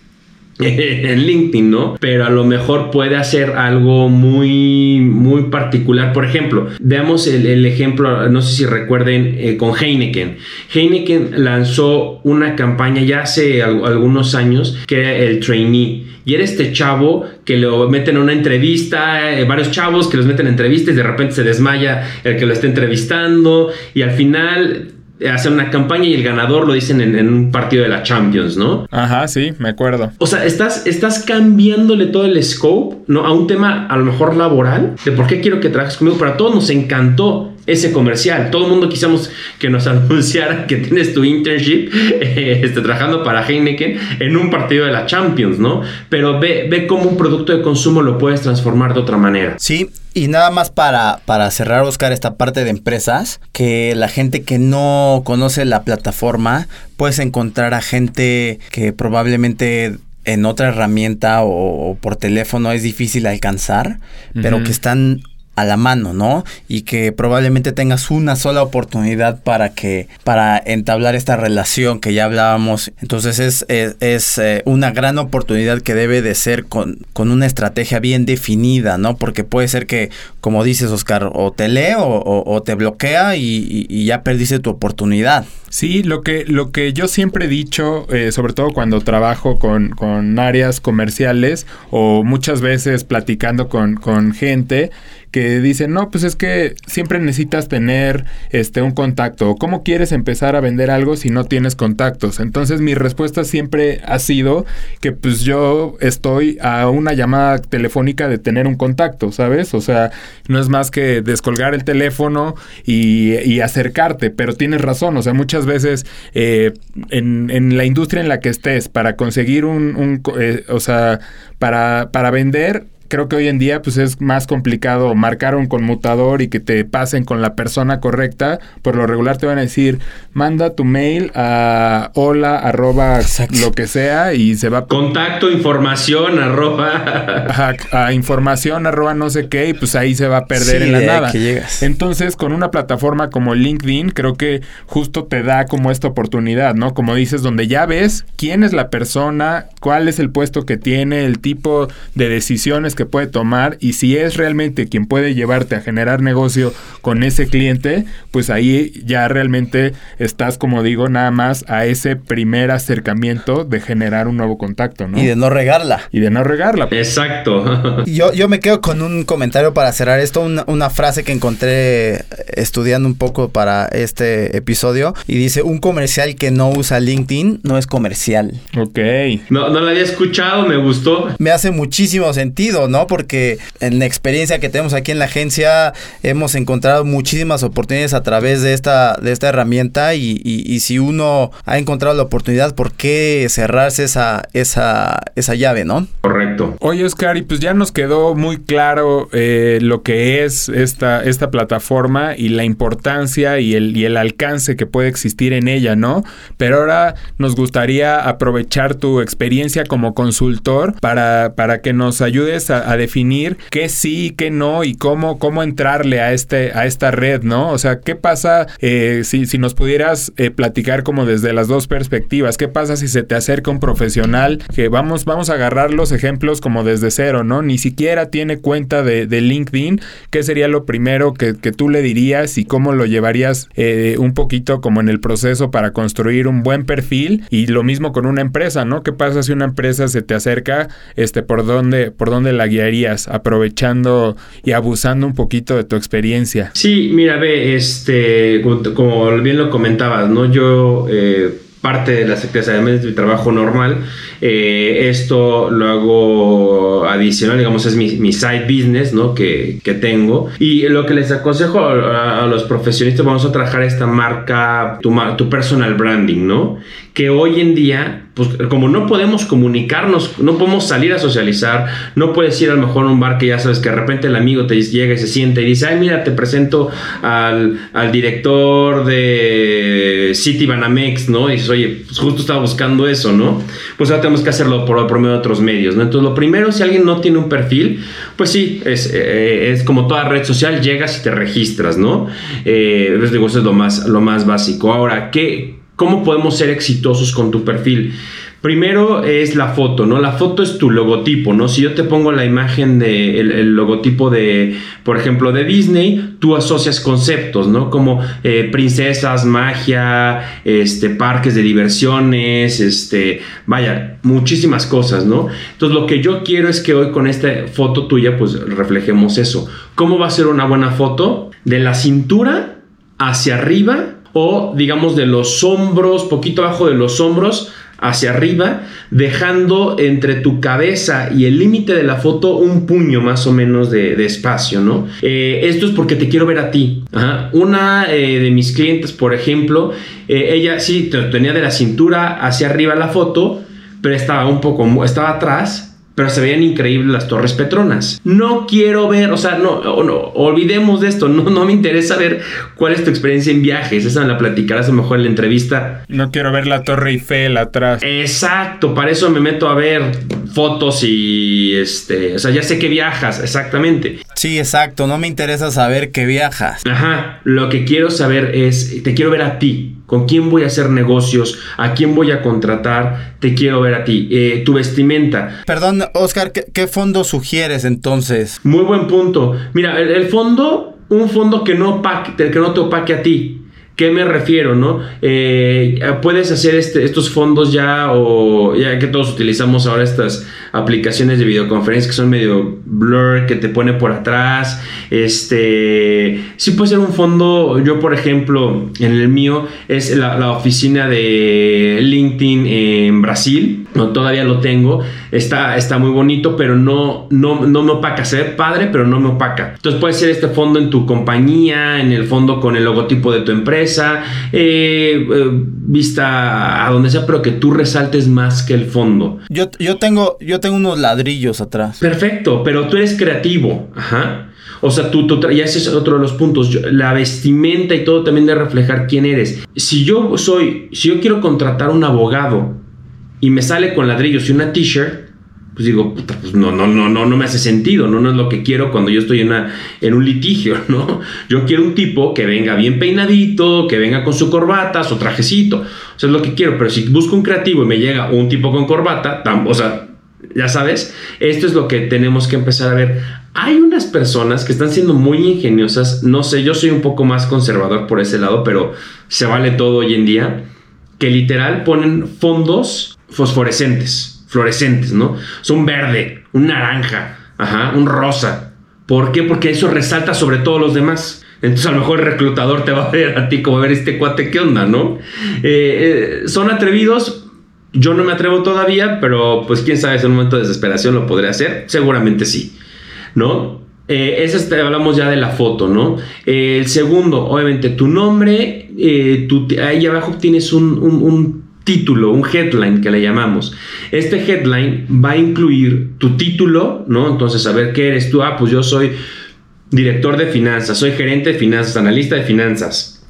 en LinkedIn, ¿no? Pero a lo mejor puede hacer algo muy, muy particular. Por ejemplo, veamos el, el ejemplo, no sé si recuerden, eh, con Heineken. Heineken lanzó una campaña ya hace al, algunos años que era el trainee. Y era este chavo que lo meten a una entrevista, eh, varios chavos que los meten a entrevistas y de repente se desmaya el que lo está entrevistando y al final hacen una campaña y el ganador lo dicen en, en un partido de la Champions, ¿no? Ajá, sí, me acuerdo. O sea, estás, estás cambiándole todo el scope, ¿no? A un tema a lo mejor laboral, de por qué quiero que trabajes conmigo, pero a todos nos encantó ese comercial. Todo el mundo quisiéramos que nos anunciara que tienes tu internship eh, este, trabajando para Heineken en un partido de la Champions, ¿no? Pero ve, ve cómo un producto de consumo lo puedes transformar de otra manera. Sí, y nada más para, para cerrar, Oscar, esta parte de empresas, que la gente que no conoce la plataforma, puedes encontrar a gente que probablemente en otra herramienta o, o por teléfono es difícil alcanzar, uh-huh. pero que están a la mano, ¿no? Y que probablemente tengas una sola oportunidad para que para entablar esta relación que ya hablábamos. Entonces es, es, es eh, una gran oportunidad que debe de ser con, con una estrategia bien definida, ¿no? Porque puede ser que, como dices, Oscar, o te lee o, o, o te bloquea y, y, y ya perdiste tu oportunidad. Sí, lo que, lo que yo siempre he dicho, eh, sobre todo cuando trabajo con, con áreas comerciales o muchas veces platicando con, con gente que dicen, no, pues es que siempre necesitas tener este un contacto. ¿Cómo quieres empezar a vender algo si no tienes contactos? Entonces mi respuesta siempre ha sido que pues yo estoy a una llamada telefónica de tener un contacto, ¿sabes? O sea, no es más que descolgar el teléfono y, y acercarte, pero tienes razón, o sea, muchas veces eh, en, en la industria en la que estés, para conseguir un, un eh, o sea, para, para vender, creo que hoy en día pues es más complicado marcar un conmutador y que te pasen con la persona correcta. Por lo regular te van a decir, manda tu mail a hola arroba Exacto. lo que sea y se va... Contacto, información, arroba... Ajá, a información, arroba no sé qué, y pues ahí se va a perder sí, en la nada. Que llegas. Entonces, con una plataforma como LinkedIn, creo que justo te da como esta oportunidad, ¿no? Como dices, donde ya ves quién es la persona, cuál es el puesto que tiene, el tipo de decisiones que puede tomar, y si es realmente quien puede llevarte a generar negocio con ese cliente, pues ahí ya realmente estás, como digo, nada más a ese primer acercamiento de generar un nuevo contacto, ¿no? Y de no regarla. Y de no regarla. Exacto. Yo, yo me quedo con un comentario para cerrar esto, una, una frase que encontré estudiando un poco para este episodio, y dice, un comercial que no usa LinkedIn no es comercial. Ok. No, no lo había escuchado, me gustó. Me hace muchísimo sentido, ¿no? Porque en la experiencia que tenemos aquí en la agencia hemos encontrado muchísimas oportunidades a través de esta, de esta herramienta y, y, y si uno ha encontrado la oportunidad, ¿por qué cerrarse esa, esa, esa llave, no? Correcto. Oye, Oscar, y pues ya nos quedó muy claro eh, lo que es esta, esta plataforma y la importancia y el, y el alcance que puede existir en ella, ¿no? Pero ahora nos gustaría aprovechar tu experiencia como consultor para, para que nos ayudes a, a definir qué sí, qué no y cómo, cómo entrarle a, este, a esta red, ¿no? O sea, ¿qué pasa eh, si, si nos pudieras eh, platicar como desde las dos perspectivas? ¿Qué pasa si se te acerca un profesional que vamos, vamos a agarrar los ejemplos como desde cero, ¿no? Ni siquiera tiene cuenta de, de LinkedIn? ¿Qué sería lo primero que, que tú le dirías y cómo lo llevarías eh, un poquito como en el proceso para construir un buen perfil? Y lo mismo con una empresa, ¿no? ¿Qué pasa si una empresa se te acerca? Este, ¿por dónde, por dónde la guiarías? Aprovechando y abusando un poquito de tu experiencia. Sí, mira, ve, este, como, como bien lo comentabas, ¿no? Yo, eh, parte de las actividades de mi trabajo normal, eh, esto lo hago adicional, digamos, es mi, mi side business, ¿no? Que, que tengo. Y lo que les aconsejo a, a los profesionistas, vamos a trabajar esta marca, tu, tu personal branding, ¿no? Que hoy en día, pues como no podemos comunicarnos, no podemos salir a socializar, no puedes ir a lo mejor a un bar que ya sabes que de repente el amigo te llega y se sienta y dice, ay, mira, te presento al, al director de Citibanamex, ¿no? Y dices, oye, pues justo estaba buscando eso, ¿no? Pues ahora tenemos que hacerlo por, por medio de otros medios, ¿no? Entonces, lo primero, si alguien no tiene un perfil, pues sí, es, eh, es como toda red social, llegas y te registras, ¿no? Eh, pues digo, eso es lo más, lo más básico. Ahora, ¿qué? ¿Cómo podemos ser exitosos con tu perfil? Primero es la foto, ¿no? La foto es tu logotipo, ¿no? Si yo te pongo la imagen de el, el logotipo de, por ejemplo, de Disney, tú asocias conceptos, ¿no? Como eh, princesas, magia, este, parques de diversiones, este, vaya, muchísimas cosas, ¿no? Entonces, lo que yo quiero es que hoy con esta foto tuya, pues, reflejemos eso. ¿Cómo va a ser una buena foto? De la cintura hacia arriba, o digamos de los hombros, poquito abajo de los hombros hacia arriba, dejando entre tu cabeza y el límite de la foto un puño más o menos de, de espacio, ¿no? Eh, esto es porque te quiero ver a ti. Ajá. Una eh, de mis clientes, por ejemplo, eh, ella sí tenía de la cintura hacia arriba la foto, pero estaba un poco, estaba atrás, pero se veían increíbles las Torres Petronas. No quiero ver, o sea, no, no olvidemos de esto, no, no me interesa ver cuál es tu experiencia en viajes, esa me la platicarás a lo mejor en la entrevista. No quiero ver la Torre Eiffel atrás. Exacto, para eso me meto a ver fotos y, este, o sea, ya sé que viajas, exactamente. Sí, exacto, no me interesa saber que viajas. Ajá, lo que quiero saber es, te quiero ver a ti. ¿Con quién voy a hacer negocios? ¿A quién voy a contratar? Te quiero ver a ti. Eh, tu vestimenta. Perdón, Oscar, ¿qué, qué fondo sugieres entonces? Muy buen punto. Mira, el, el fondo, un fondo que no, opaque, que no te opaque a ti. ¿Qué me refiero, no? Eh, puedes hacer este, estos fondos ya, o ya que todos utilizamos ahora estas aplicaciones de videoconferencia que son medio blur, que te pone por atrás. Este, sí puede ser un fondo. Yo, por ejemplo, en el mío es la, la oficina de LinkedIn en Brasil. No, todavía lo tengo. Está, está muy bonito, pero no, no, no me opaca. Se ve padre, pero no me opaca. Entonces puede ser este fondo en tu compañía, en el fondo con el logotipo de tu empresa. Eh, eh, vista a donde sea, pero que tú resaltes más que el fondo. Yo, yo tengo yo tengo unos ladrillos atrás. Perfecto, pero tú eres creativo. Ajá. O sea, tú, tú ya ese es otro de los puntos. Yo, la vestimenta y todo también debe reflejar quién eres. Si yo soy, si yo quiero contratar un abogado y me sale con ladrillos y una t-shirt, pues digo, puta, pues no, no, no, no, no me hace sentido, no, no es lo que quiero cuando yo estoy en, una, en un litigio, ¿no? Yo quiero un tipo que venga bien peinadito, que venga con su corbata, su trajecito, o sea, es lo que quiero. Pero si busco un creativo y me llega un tipo con corbata, tam, o sea, ya sabes, esto es lo que tenemos que empezar a ver. Hay unas personas que están siendo muy ingeniosas, no sé, yo soy un poco más conservador por ese lado, pero se vale todo hoy en día, que literal ponen fondos fosforescentes, fluorescentes, ¿no? Son un verde, un naranja, ajá, un rosa. ¿Por qué? Porque eso resalta sobre todos los demás. Entonces a lo mejor el reclutador te va a ver a ti como a ver este cuate, ¿qué onda, no? Eh, eh, son atrevidos. Yo no me atrevo todavía, pero pues quién sabe, si en un momento de desesperación lo podré hacer. Seguramente sí. ¿no? Eh, ese es, hablamos ya de la foto, ¿no? Eh, el segundo, obviamente, tu nombre, eh, tu, ahí abajo tienes un, un, un título, un headline que le llamamos. Este headline va a incluir tu título, ¿no? Entonces, a ver, ¿qué eres tú? Ah, pues yo soy director de finanzas, soy gerente de finanzas, analista de finanzas.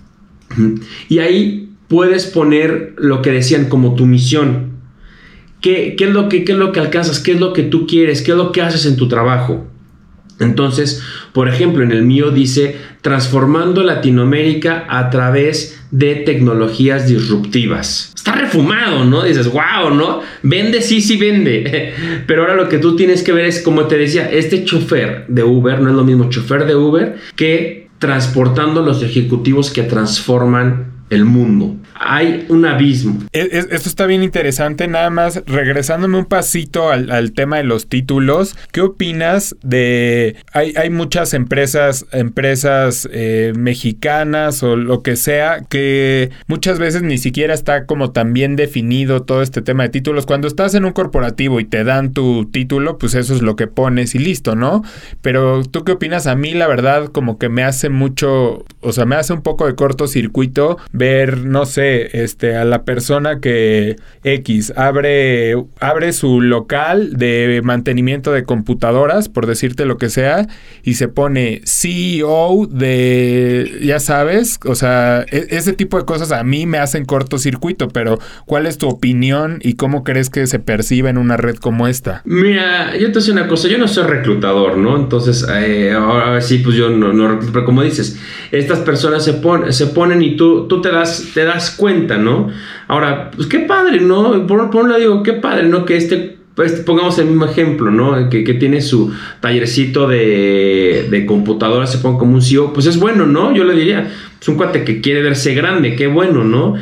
Y ahí puedes poner lo que decían como tu misión. ¿Qué, qué es lo que, qué es lo que alcanzas? ¿Qué es lo que tú quieres? ¿Qué es lo que haces en tu trabajo? Entonces, por ejemplo, en el mío dice transformando Latinoamérica a través de tecnologías disruptivas. Está refumado, ¿no? Dices, wow, ¿no? Vende, sí, sí vende. Pero ahora lo que tú tienes que ver es, como te decía, este chofer de Uber no es lo mismo chofer de Uber que transportando los ejecutivos que transforman el mundo. Hay un abismo. Es, esto está bien interesante. Nada más regresándome un pasito al, al tema de los títulos. ¿Qué opinas de... Hay, hay muchas empresas, empresas eh, mexicanas o lo que sea, que muchas veces ni siquiera está como tan bien definido todo este tema de títulos. Cuando estás en un corporativo y te dan tu título, pues eso es lo que pones y listo, ¿no? Pero ¿tú qué opinas? A mí la verdad como que me hace mucho... O sea, me hace un poco de cortocircuito ver, no sé, este, a la persona que X abre, abre su local de mantenimiento de computadoras, por decirte lo que sea, y se pone C E O de, ya sabes, o sea, e- ese tipo de cosas a mí me hacen cortocircuito, pero ¿cuál es tu opinión y cómo crees que se percibe en una red como esta? Mira, yo te voy a decir una cosa, yo no soy reclutador, ¿no? Entonces, eh, ahora sí, pues yo no, no, pero como dices, estas personas se, pon, se ponen y tú, tú te das, te das cuenta, ¿no? Ahora, pues qué padre, ¿no? Por, por un lado digo, qué padre, ¿no? Que este, pues, pongamos el mismo ejemplo, ¿no? Que, que tiene su tallercito de, de computadora, se pone como un C E O, pues es bueno, ¿no? Yo le diría, es un cuate que quiere verse grande, qué bueno, ¿no?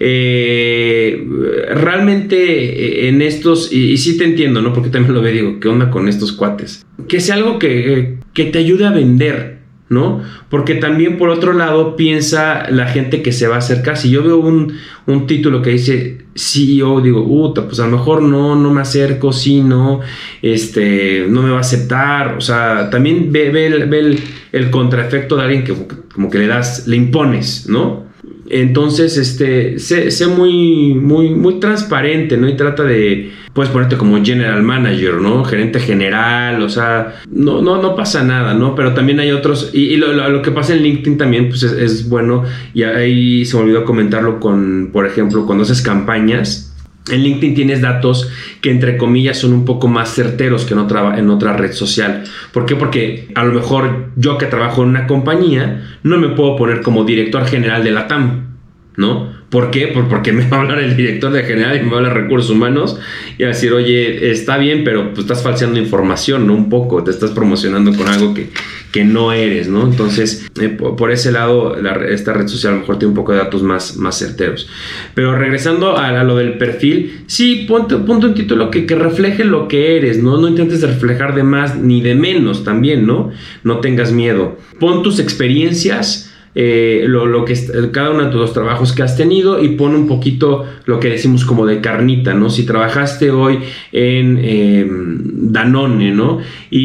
Eh, realmente en estos, y, y sí te entiendo, ¿no? Porque también lo veo, digo, ¿qué onda con estos cuates? Que sea algo que, que te ayude a vender, ¿no? Porque también por otro lado piensa la gente que se va a acercar. Si yo veo un, un título que dice C E O, digo, uta, pues a lo mejor no, no me acerco, sí, no, este, no me va a aceptar. O sea, también ve, ve, el, ve el, el contraefecto de alguien que como que le das, le impones, ¿no? Entonces, este, sé, sé muy, muy, muy transparente, ¿no? Y trata de, puedes ponerte como general manager, ¿no? Gerente general, o sea, no, no, no pasa nada, ¿no? Pero también hay otros, y, y lo, lo, lo que pasa en LinkedIn también, pues es, es bueno, y ahí se me olvidó comentarlo con, por ejemplo, cuando haces campañas. En LinkedIn tienes datos que entre comillas son un poco más certeros que en otra, en otra red social. ¿Por qué? Porque a lo mejor yo que trabajo en una compañía no me puedo poner como director general de la T A M, ¿no? ¿Por qué? Por, porque me va a hablar el director de general y me va a hablar de recursos humanos y va a decir, oye, está bien, pero pues estás falseando información, ¿no? Un poco, te estás promocionando con algo que, que no eres, ¿no? Entonces, eh, por, por ese lado, la, esta red social a lo mejor tiene un poco de datos más, más certeros. Pero regresando a, a lo del perfil, sí, ponte, ponte un título que, que refleje lo que eres, ¿no? No intentes reflejar de más ni de menos también, ¿no? No tengas miedo. Pon tus experiencias, Eh, lo, lo que cada uno de tus trabajos que has tenido y pon un poquito lo que decimos como de carnita, ¿no? Si trabajaste hoy en eh, Danone, ¿no?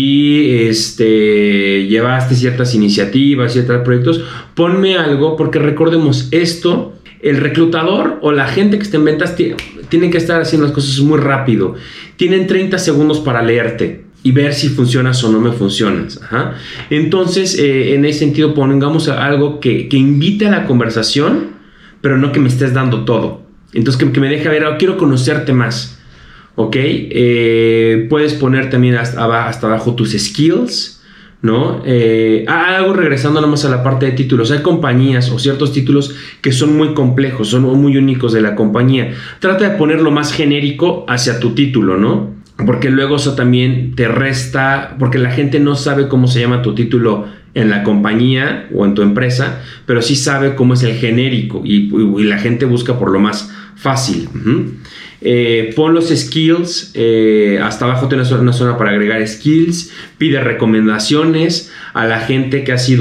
Y este llevaste ciertas iniciativas, ciertos proyectos, ponme algo, porque recordemos esto, el reclutador o la gente que está en ventas t- tienen que estar haciendo las cosas muy rápido, tienen treinta segundos para leerte y ver si funcionas o no me funcionas. Ajá. Entonces, eh, en ese sentido, pongamos algo que, que invite a la conversación, pero no que me estés dando todo. Entonces, que, que me deje ver, oh, quiero conocerte más. ¿Ok? Eh, puedes poner también hasta, hasta abajo tus skills, ¿no? Eh, algo regresando nomás a la parte de títulos. Hay compañías o ciertos títulos que son muy complejos, son muy únicos de la compañía. Trata de ponerlo más genérico hacia tu título, ¿no? Porque luego eso también te resta, porque la gente no sabe cómo se llama tu título en la compañía o en tu empresa, pero sí sabe cómo es el genérico y, y la gente busca por lo más fácil. Uh-huh. Eh, pon los skills, eh, hasta abajo tienes una zona para agregar skills, pide recomendaciones a la gente que ha sido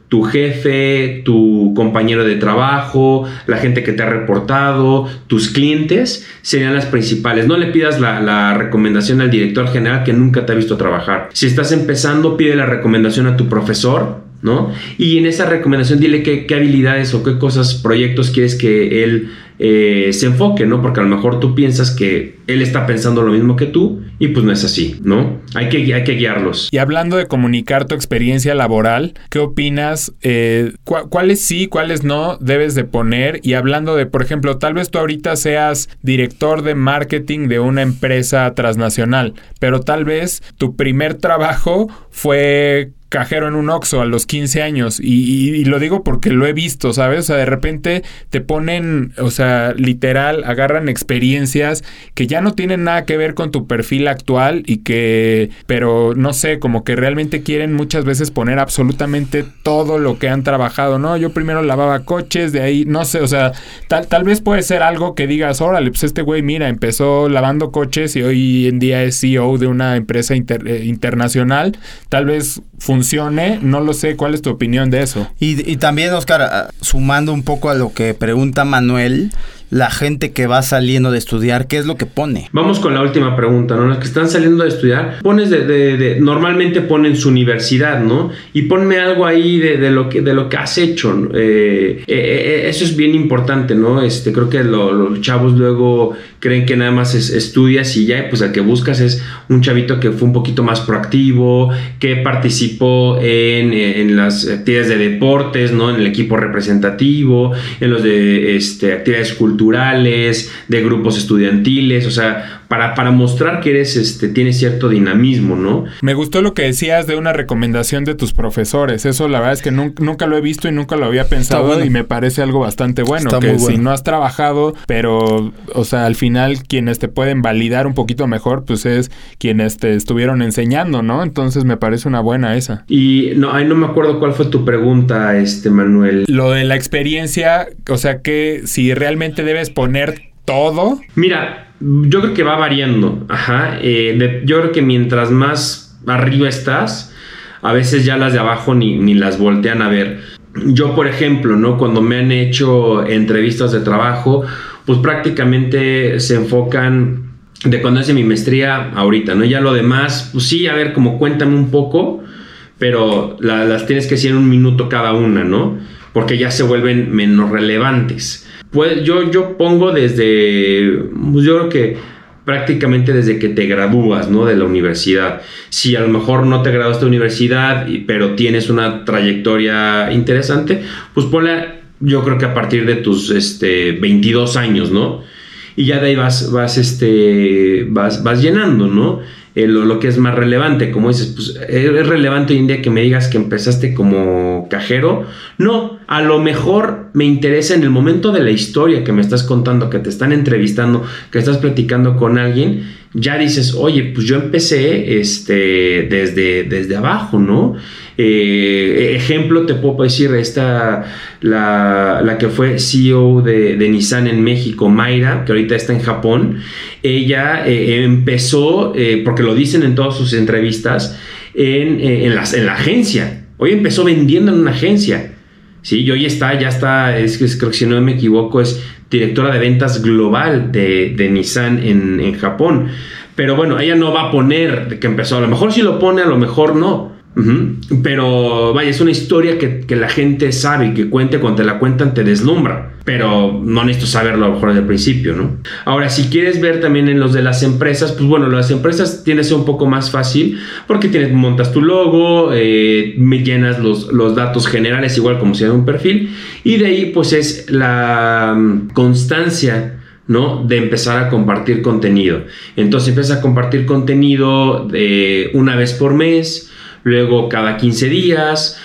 tu jefe, tu compañero de trabajo, la gente que te ha reportado, tus clientes, serían las principales. No le pidas la, la recomendación al director general que nunca te ha visto trabajar. Si estás empezando, pide la recomendación a tu profesor, ¿no? Y en esa recomendación dile qué, qué habilidades o qué cosas, proyectos quieres que él eh, se enfoque, ¿no? Porque a lo mejor tú piensas que él está pensando lo mismo que tú y pues no es así, ¿no? Hay que, hay que guiarlos. Y hablando de comunicar tu experiencia laboral, ¿qué opinas? Eh, cu- ¿Cuáles sí, cuáles no debes de poner? Y hablando de, por ejemplo, tal vez tú ahorita seas director de marketing de una empresa transnacional, pero tal vez tu primer trabajo fue cajero en un Oxxo a los quince años y, y, y lo digo porque lo he visto, ¿sabes? O sea, de repente te ponen, o sea, literal, agarran experiencias que ya no tienen nada que ver con tu perfil actual y que, pero no sé, como que realmente quieren muchas veces poner absolutamente todo lo que han trabajado, ¿no? Yo primero lavaba coches, de ahí, no sé, o sea, tal, tal vez puede ser algo que digas, órale, pues este güey, mira, empezó lavando coches y hoy en día es C E O de una empresa inter, eh, internacional, tal vez funcione, no lo sé, ¿cuál es tu opinión de eso? Y, y también, Oscar, sumando un poco a lo que pregunta Manuel, la gente que va saliendo de estudiar, ¿qué es lo que pone? Vamos con la última pregunta, ¿no? Los que están saliendo de estudiar, pones de, de, de normalmente ponen su universidad, ¿no? Y ponme algo ahí de, de lo que de lo que has hecho, ¿no? eh, eh, eso es bien importante, ¿no? Este, creo que lo, los chavos luego creen que nada más es, estudias y ya, pues el que buscas es un chavito que fue un poquito más proactivo, que participó en, en las actividades de deportes, ¿no? En el equipo representativo, en los de este, actividades culturales, de grupos estudiantiles, o sea, para, para mostrar que eres, este, tienes cierto dinamismo, ¿no? Me gustó lo que decías de una recomendación de tus profesores. Eso la verdad es que nunca, nunca lo he visto y nunca lo había pensado bueno. Y me parece algo bastante bueno. Está que bueno. Si no has trabajado, pero, o sea, al final quienes te pueden validar un poquito mejor, pues es quienes te estuvieron enseñando, ¿no? Entonces me parece una buena esa. Y no, ay, no me acuerdo cuál fue tu pregunta, este, Manuel. Lo de la experiencia, o sea, que si realmente debes poner todo. Mira, yo creo que va variando. Ajá. Eh, de, yo creo que mientras más arriba estás, a veces ya las de abajo ni, ni las voltean a ver. Yo, por ejemplo, ¿no? Cuando me han hecho entrevistas de trabajo, pues prácticamente se enfocan de cuando hice mi maestría ahorita, ¿no? Ya lo demás, pues sí, a ver, como cuéntame un poco, pero la, las tienes que decir en un minuto cada una, ¿no? Porque ya se vuelven menos relevantes. Pues yo, yo pongo desde, pues yo creo que prácticamente desde que te gradúas, ¿no? De la universidad. Si a lo mejor no te graduaste de universidad, pero tienes una trayectoria interesante, pues ponle, yo creo que a partir de tus este, veintidós años, ¿no? Y ya de ahí vas, vas, este, vas, vas llenando, ¿no? Eh, lo, lo que es más relevante, como dices, pues es relevante hoy en día que me digas que empezaste como cajero. No, a lo mejor me interesa en el momento de la historia que me estás contando, que te están entrevistando, que estás platicando con alguien, ya dices, oye, pues yo empecé este, desde, desde abajo, ¿no? Eh, ejemplo, te puedo decir, esta, la, la que fue C E O de, de Nissan en México, Mayra, que ahorita está en Japón, ella eh, empezó, eh, porque lo dicen en todas sus entrevistas, en, eh, en, las, en la agencia. Hoy empezó vendiendo en una agencia. Sí, y hoy está, ya está, es que creo que si no me equivoco, es directora de ventas global de, de Nissan en, en Japón. Pero bueno, ella no va a poner que empezó, a lo mejor sí lo pone, a lo mejor no. Uh-huh. Pero vaya, es una historia que, que la gente sabe y que cuente, cuando te la cuentan te deslumbra, pero no necesito saberlo a lo mejor desde el principio, ¿no? Ahora, si quieres ver también en los de las empresas, pues bueno, las empresas tiene que ser un poco más fácil porque tienes, montas tu logo, eh, me llenas los, los datos generales igual como si fuera un perfil, y de ahí pues es la um, constancia, ¿no? De empezar a compartir contenido. Entonces empiezas a compartir contenido de una vez por mes, luego cada quince días,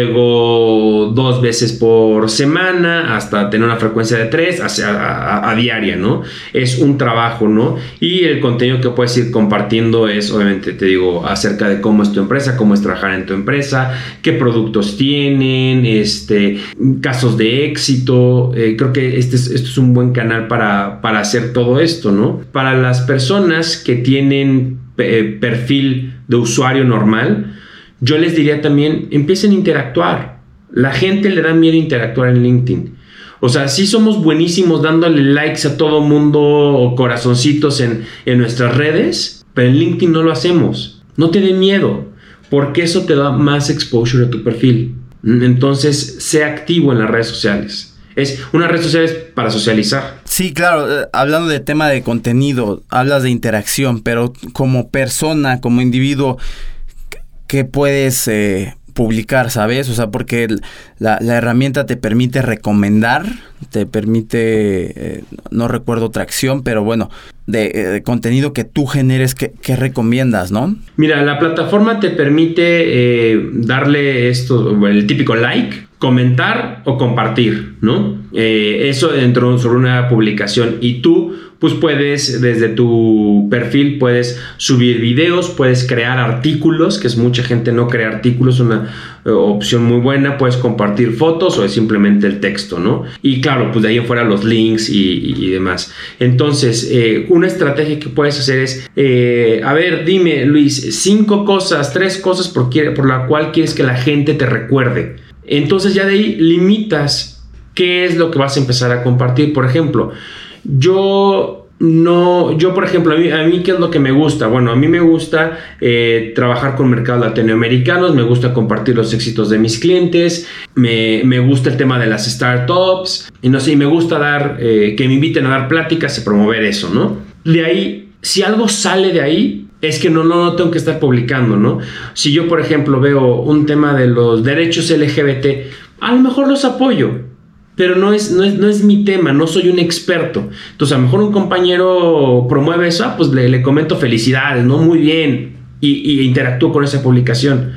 luego dos veces por semana, hasta tener una frecuencia de tres a, a, a diaria, ¿no? Es un trabajo, ¿no? Y el contenido que puedes ir compartiendo es, obviamente, te digo, acerca de cómo es tu empresa, cómo es trabajar en tu empresa, qué productos tienen, este, casos de éxito. Eh, creo que este es, este es un buen canal para, para hacer todo esto, ¿no? Para las personas que tienen eh, perfil de usuario normal, yo les diría también, empiecen a interactuar, La gente le da miedo interactuar en LinkedIn. O sea, sí somos buenísimos dándole likes a todo mundo o corazoncitos en, en nuestras redes, pero en LinkedIn no lo hacemos. No te den miedo, porque eso te da más exposure a tu perfil. Entonces, sé activo en las redes sociales. Es una red social es para socializar. Sí, claro, eh, hablando de tema de contenido, hablas de interacción, pero como persona, como individuo, ¿qué puedes eh, publicar, sabes? O sea, porque la, la herramienta te permite recomendar, te permite, eh, no recuerdo otra acción, pero bueno, de, de contenido que tú generes, ¿qué, qué recomiendas, no? Mira, la plataforma te permite eh, darle esto, el típico like, comentar o compartir, ¿no? Eh, eso dentro sobre una publicación, y tú pues puedes desde tu perfil puedes subir videos, puedes crear artículos, que es mucha gente no crea artículos, una eh, opción muy buena, puedes compartir fotos o es simplemente el texto, ¿no? Y claro, pues de ahí en fuera los links y, y, y demás. Entonces, eh, una estrategia que puedes hacer es, eh, a ver, dime Luis, cinco cosas, tres cosas por, por la cual quieres que la gente te recuerde. Entonces ya de ahí limitas qué es lo que vas a empezar a compartir. Por ejemplo, yo no, yo por ejemplo, a mí, a mí ¿qué es lo que me gusta? Bueno, a mí me gusta eh, trabajar con mercados latinoamericanos, me gusta compartir los éxitos de mis clientes, me, me gusta el tema de las startups, y no sé, y me gusta dar, eh, que me inviten a dar pláticas y promover eso, ¿no? De ahí, si algo sale de ahí, es que no, no, no tengo que estar publicando, ¿no? Si yo, por ejemplo, veo un tema de los derechos L G B T, a lo mejor los apoyo, pero no es, no es, no es mi tema, no soy un experto. Entonces, a lo mejor un compañero promueve eso, ah, pues le, le comento felicidades, ¿no? Muy bien, y, y interactúo con esa publicación.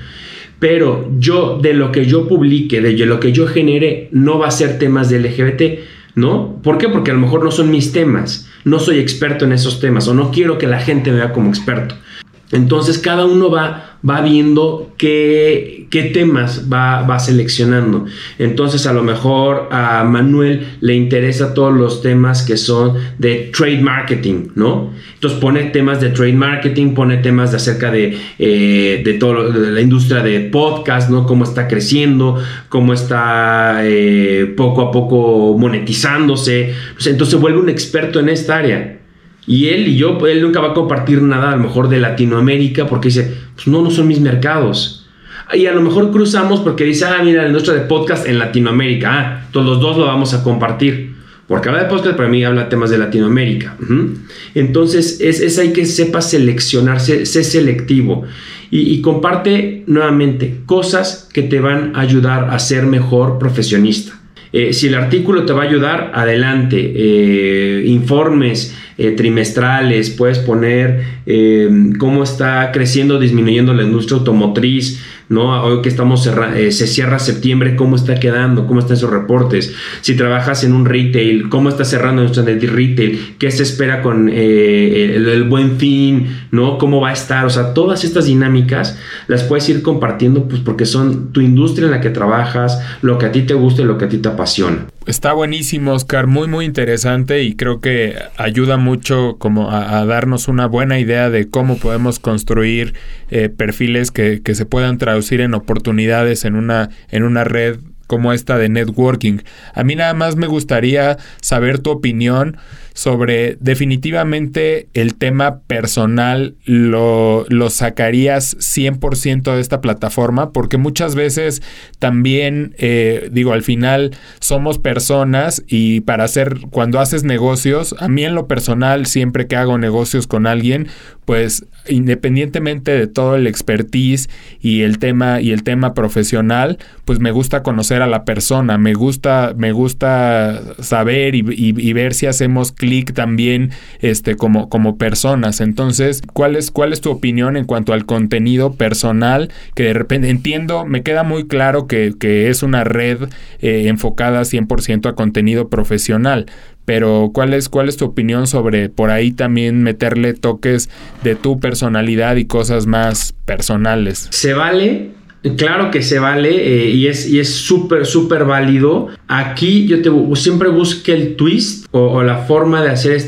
Pero yo, de lo que yo publique, de lo que yo genere, no va a ser temas de L G B T, ¿no? ¿Por qué? Porque a lo mejor no son mis temas. No soy experto en esos temas o no quiero que la gente me vea como experto. Entonces cada uno va, va viendo qué, qué temas va, va seleccionando. Entonces a lo mejor a Manuel le interesa todos los temas que son de trade marketing, ¿no? Entonces pone temas de trade marketing, pone temas de acerca de, eh, de, todo, de la industria de podcast, ¿no? Cómo está creciendo, cómo está eh, poco a poco monetizándose. Entonces se vuelve un experto en esta área. Y él y yo, él nunca va a compartir nada a lo mejor de Latinoamérica porque dice, pues no, no son mis mercados. Y a lo mejor cruzamos porque dice, ah, mira, la industria de podcast en Latinoamérica. Ah, todos los dos lo vamos a compartir. Porque habla de podcast, para mí habla temas de Latinoamérica. Uh-huh. Entonces, es, es ahí que sepas seleccionar, sé, sé selectivo. Y, y comparte nuevamente cosas que te van a ayudar a ser mejor profesionista. Eh, si el artículo te va a ayudar, adelante. Eh, informes eh, trimestrales, puedes poner eh, cómo está creciendo o disminuyendo la industria automotriz, ¿no? Hoy que estamos cerra- eh, se cierra septiembre, cómo está quedando, cómo están esos reportes. Si trabajas en un retail, cómo está cerrando nuestro retail, qué se espera con eh, el, el buen fin, ¿no? Cómo va a estar, o sea, todas estas dinámicas las puedes ir compartiendo, pues porque son tu industria en la que trabajas, lo que a ti te gusta y lo que a ti te apasiona. Está buenísimo, Oscar, muy muy interesante, y creo que ayuda mucho como a, a darnos una buena idea de cómo podemos construir eh, perfiles que, que se puedan traducir en oportunidades en una, en una red como esta de networking. A mí nada más me gustaría saber tu opinión sobre, definitivamente el tema personal lo, lo sacarías cien por ciento de esta plataforma, porque muchas veces también, eh, digo, al final somos personas, y para hacer, cuando haces negocios, a mí en lo personal, siempre que hago negocios con alguien, pues independientemente de todo el expertise y el tema y el tema profesional, pues me gusta conocer a la persona, me gusta me gusta saber y, y, y ver si hacemos clic también este como como personas. Entonces, ¿cuál es cuál es tu opinión en cuanto al contenido personal? Que de repente entiendo, me queda muy claro que, que es una red eh, enfocada cien por ciento a contenido profesional. Pero ¿cuál es, cuál es tu opinión sobre por ahí también meterle toques de tu personalidad y cosas más personales? ¿Se vale? Claro que se vale, eh, y es y es súper, súper válido. Aquí yo te siempre busqué el twist o, o la forma de hacer este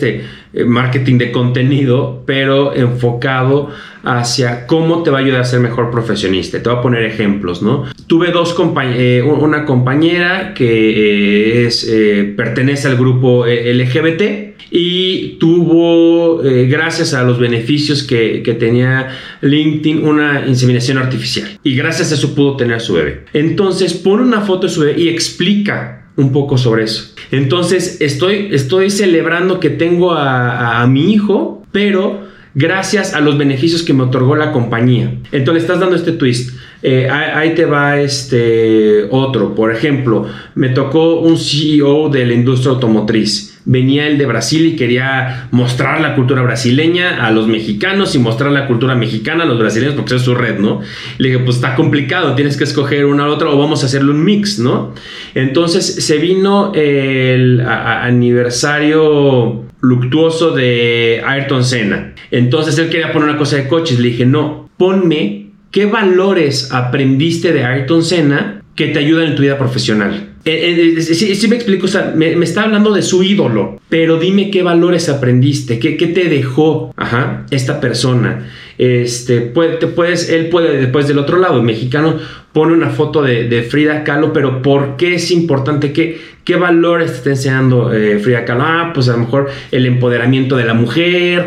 eh, marketing de contenido, pero enfocado hacia cómo te va a ayudar a ser mejor profesionista. Te voy a poner ejemplos, ¿no? Tuve dos compañ- eh, una compañera que eh, es, eh, pertenece al grupo L G B T y tuvo, eh, gracias a los beneficios que, que tenía LinkedIn, una inseminación artificial. Y gracias a eso pudo tener a su bebé. Entonces pone una foto de su bebé y explica un poco sobre eso. Entonces estoy, estoy celebrando que tengo a, a, a mi hijo, pero gracias a los beneficios que me otorgó la compañía. Entonces estás dando este twist. Eh, ahí, ahí te va este otro. Por ejemplo, me tocó un C E O de la industria automotriz. Venía él de Brasil y quería mostrar la cultura brasileña a los mexicanos y mostrar la cultura mexicana a los brasileños porque es su red, ¿no? Le dije, pues está complicado, tienes que escoger una u otra o vamos a hacerle un mix, ¿no? Entonces se vino el a, a aniversario luctuoso de Ayrton Senna. Entonces él quería poner una cosa de coches. Le dije, no, ponme qué valores aprendiste de Ayrton Senna que te ayudan en tu vida profesional. Eh, eh, sí, sí me explico, o sea, me, me está hablando de su ídolo, pero dime qué valores aprendiste, qué, qué te dejó ajá, esta persona. Este, puede, te puedes, él puede, después del otro lado, el mexicano pone una foto de, de Frida Kahlo, pero ¿por qué es importante? ¿Qué, qué valores te está enseñando eh, Frida Kahlo? Ah, pues a lo mejor el empoderamiento de la mujer,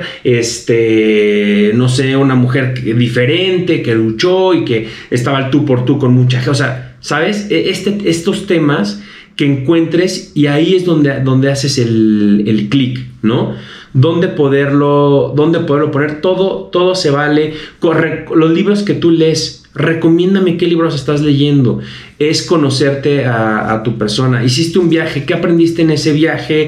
este, no sé, una mujer diferente que luchó y que estaba al tú por tú con mucha gente, o sea, ¿sabes? Este, estos temas que encuentres y ahí es donde, donde haces el, el clic, ¿no? Dónde poderlo, dónde poderlo poner, todo, todo se vale. Corre, los libros que tú lees, recomiéndame qué libros estás leyendo. Es conocerte a, a tu persona. Hiciste un viaje, ¿qué aprendiste en ese viaje?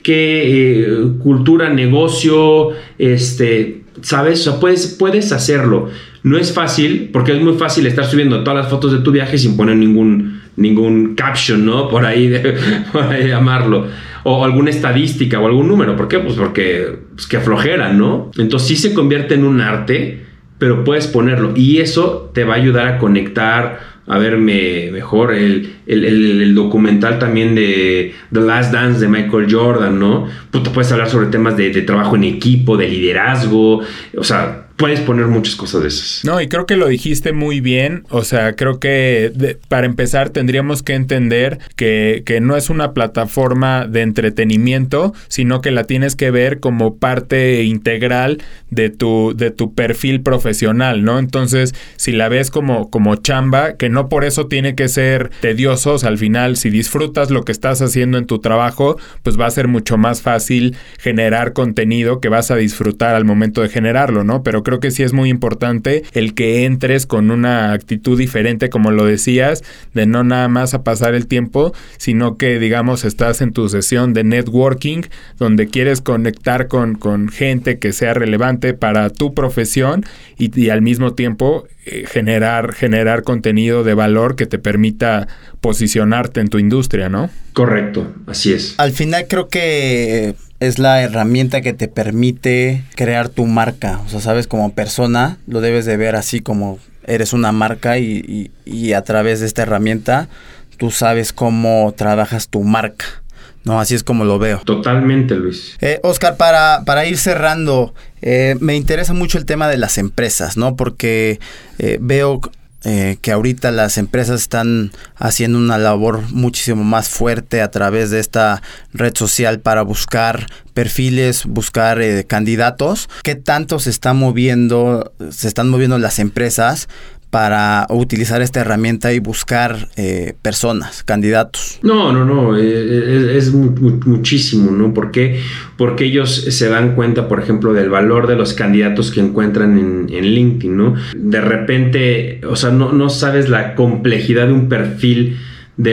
¿Qué eh, cultura, negocio, este, sabes? O sea, puedes, puedes hacerlo. No es fácil, porque es muy fácil estar subiendo todas las fotos de tu viaje sin poner ningún, ningún caption, ¿no? Por ahí, de, por ahí llamarlo. O alguna estadística o algún número. ¿Por qué? Pues porque pues que flojera, ¿no? Entonces sí se convierte en un arte, pero puedes ponerlo. Y eso te va a ayudar a conectar, a verme mejor. El, el, el, el documental también de The Last Dance de Michael Jordan, ¿no? Pues te puedes hablar sobre temas de, de trabajo en equipo, de liderazgo. O sea, puedes poner muchas cosas de esas. No, y creo que lo dijiste muy bien. O sea, creo que de, para empezar tendríamos que entender que, que no es una plataforma de entretenimiento, sino que la tienes que ver como parte integral de tu, de tu perfil profesional, ¿no? Entonces, si la ves como, como chamba, que no por eso tiene que ser tedioso, o sea, al final, si disfrutas lo que estás haciendo en tu trabajo, pues va a ser mucho más fácil generar contenido que vas a disfrutar al momento de generarlo, ¿no? Pero creo que sí es muy importante el que entres con una actitud diferente, como lo decías, de no nada más a pasar el tiempo, sino que, digamos, estás en tu sesión de networking, donde quieres conectar con, con gente que sea relevante para tu profesión y, y al mismo tiempo eh, generar, generar contenido de valor que te permita posicionarte en tu industria, ¿no? Correcto, así es. Al final creo que es la herramienta que te permite crear tu marca. O sea, sabes, como persona lo debes de ver así como eres una marca y, y, y a través de esta herramienta tú sabes cómo trabajas tu marca. No, así es como lo veo. Totalmente, Luis. Eh, Oscar, para, para ir cerrando, eh, me interesa mucho el tema de las empresas, ¿no? Porque eh, veo eh, que ahorita las empresas están haciendo una labor muchísimo más fuerte a través de esta red social para buscar perfiles, buscar eh, candidatos. ¿Qué tanto se está moviendo, se están moviendo las empresas para utilizar esta herramienta y buscar eh, personas, candidatos? No, no, no, eh, es, es mu- muchísimo, ¿no? ¿Por qué? Porque ellos se dan cuenta, por ejemplo, del valor de los candidatos que encuentran en, en LinkedIn, ¿no? De repente, o sea, no, no sabes la complejidad de un perfil de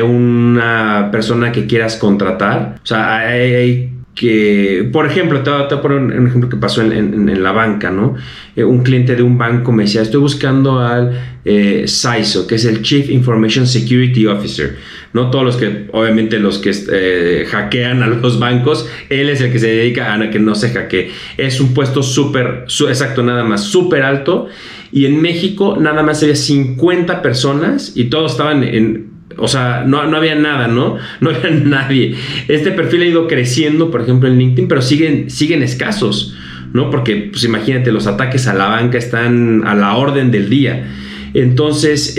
una persona que quieras contratar. O sea, hay... hay que, por ejemplo, te voy a poner un ejemplo que pasó en, en, en la banca, ¿no? Eh, un cliente de un banco me decía, estoy buscando al eh, C I S O, que es el Chief Information Security Officer, ¿no? Todos los que, obviamente los que eh, hackean a los bancos, él es el que se dedica a que no se hackee. Es un puesto súper, su, exacto, nada más, súper alto, y en México nada más había cincuenta personas y todos estaban en O sea, no, no había nada, ¿no? No había nadie. Este perfil ha ido creciendo, por ejemplo, en LinkedIn, pero siguen, siguen escasos, ¿no? Porque, pues imagínate, los ataques a la banca están a la orden del día. Entonces,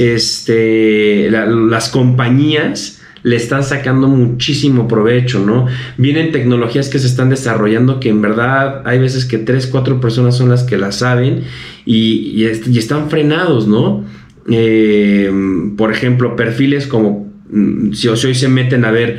este, la, las compañías le están sacando muchísimo provecho, ¿no? Vienen tecnologías que se están desarrollando que en verdad hay veces que tres, cuatro personas son las que las saben y, y, y están frenados, ¿no? Eh, por ejemplo, perfiles como si hoy se meten a ver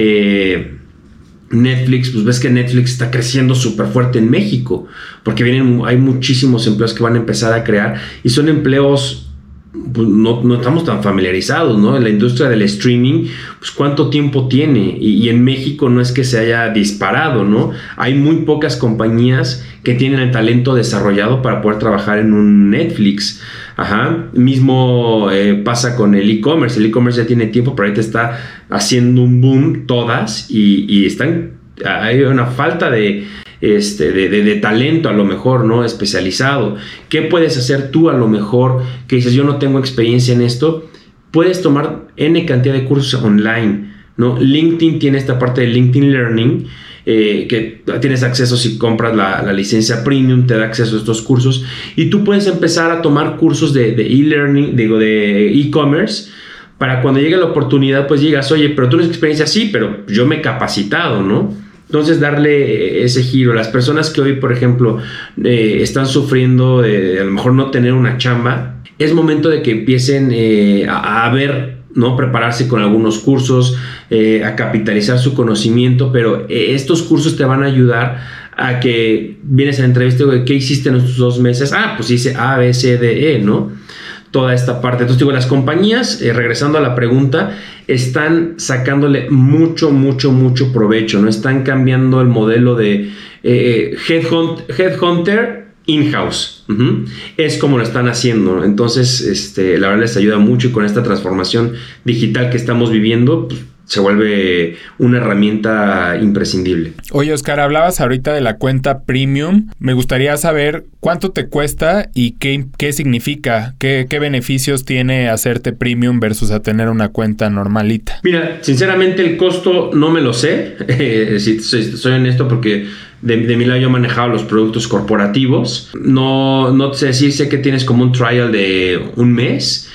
eh, Netflix, pues ves que Netflix está creciendo súper fuerte en México, porque vienen, hay muchísimos empleos que van a empezar a crear y son empleos, pues no, no estamos tan familiarizados, ¿no? En la industria del streaming, pues cuánto tiempo tiene, y, y en México no es que se haya disparado, ¿no? Hay muy pocas compañías que tienen el talento desarrollado para poder trabajar en un Netflix. Ajá, mismo eh, pasa con el e-commerce. El e-commerce ya tiene tiempo, pero ahorita está haciendo un boom todas y, y están, hay una falta de, este, de, de, de talento a lo mejor, ¿no? Especializado. ¿Qué puedes hacer tú a lo mejor que dices yo no tengo experiencia en esto? Puedes tomar N cantidad de cursos online, ¿no? LinkedIn tiene esta parte de LinkedIn Learning, Eh, que tienes acceso si compras la, la licencia premium, te da acceso a estos cursos y tú puedes empezar a tomar cursos de, de e-learning, digo de e-commerce, para cuando llegue la oportunidad pues digas, oye, pero tú tienes experiencia, sí, pero yo me he capacitado, ¿no? Entonces darle ese giro. Las personas que hoy, por ejemplo, eh, están sufriendo de, de a lo mejor no tener una chamba, es momento de que empiecen eh, a, a ver, ¿no? Prepararse con algunos cursos, eh, a capitalizar su conocimiento, pero eh, estos cursos te van a ayudar a que vienes a la entrevista, ¿qué hiciste en estos dos meses? Ah, pues hice A, B, C, D, E, ¿no? Toda esta parte. Entonces digo, las compañías, eh, regresando a la pregunta, están sacándole mucho, mucho, mucho provecho, ¿no? Están cambiando el modelo de eh, headhunt, headhunter in-house. Uh-huh. Es como lo están haciendo. Entonces, este, la verdad les ayuda mucho y con esta transformación digital que estamos viviendo, pues, se vuelve una herramienta imprescindible. Oye, Oscar, hablabas ahorita de la cuenta premium. Me gustaría saber cuánto te cuesta y qué, qué significa, qué, qué beneficios tiene hacerte premium versus a tener una cuenta normalita. Mira, sinceramente el costo no me lo sé, eh, si soy, soy honesto, porque de, de mi lado yo he manejado los productos corporativos. No, no sé decir, sé que tienes como un trial de un mes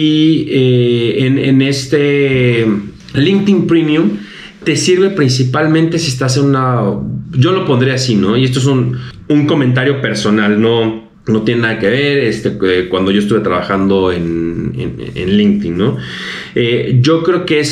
y eh, en, en este LinkedIn Premium te sirve principalmente si estás en una... Yo lo pondré así, ¿no? Y esto es un, un comentario personal, no, no tiene nada que ver este, eh, cuando yo estuve trabajando en, en, en LinkedIn, ¿no? Eh, yo creo que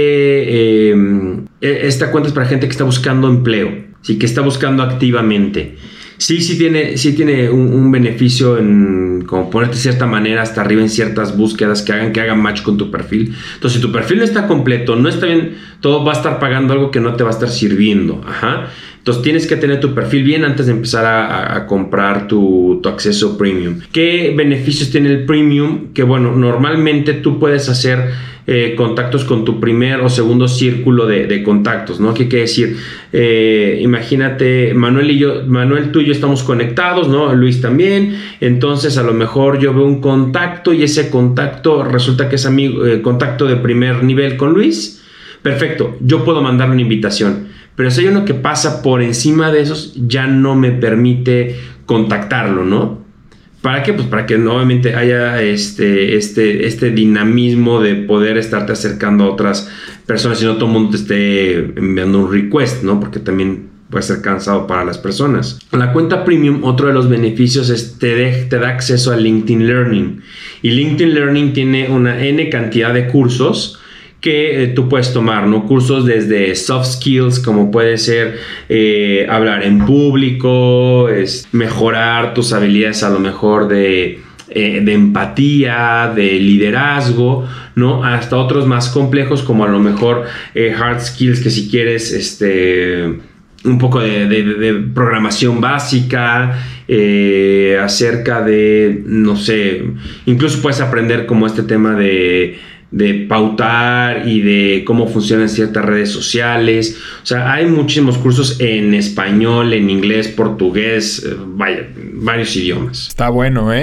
este, eh, esta cuenta es para gente que está buscando empleo, ¿sí? Que está buscando activamente. Sí, sí tiene, sí tiene un, un beneficio en como ponerte de cierta manera hasta arriba en ciertas búsquedas que hagan que hagan match con tu perfil. Entonces, si tu perfil no está completo, no está bien, todo va a estar pagando algo que no te va a estar sirviendo. Ajá. Entonces, tienes que tener tu perfil bien antes de empezar a, a, a comprar tu, tu acceso premium. ¿Qué beneficios tiene el premium? Que bueno, normalmente tú puedes hacer Eh, contactos con tu primer o segundo círculo de, de contactos, ¿no? ¿Qué quiere decir? Eh, imagínate, Manuel y yo, Manuel, tú y yo estamos conectados, ¿no? Luis también. Entonces, a lo mejor yo veo un contacto y ese contacto resulta que es amigo, eh, contacto de primer nivel con Luis. Perfecto, yo puedo mandarle una invitación. Pero si hay uno que pasa por encima de esos, ya no me permite contactarlo, ¿no? ¿Para qué? Pues para que nuevamente haya este, este, este dinamismo de poder estarte acercando a otras personas y no todo el mundo te esté enviando un request, ¿no? Porque también puede ser cansado para las personas. La cuenta premium, otro de los beneficios es te, de, te da acceso a LinkedIn Learning. Y LinkedIn Learning tiene una N cantidad de cursos que eh, tú puedes tomar, ¿no? Cursos desde soft skills, como puede ser eh, hablar en público, es mejorar tus habilidades a lo mejor de, eh, de empatía, de liderazgo, ¿no? Hasta otros más complejos como a lo mejor eh, hard skills, que si quieres este, un poco de, de, de programación básica, eh, acerca de, no sé, incluso puedes aprender como este tema de de pautar y de cómo funcionan ciertas redes sociales. O sea, hay muchísimos cursos en español, en inglés, portugués, eh, vaya, varios idiomas. Está bueno, ¿eh?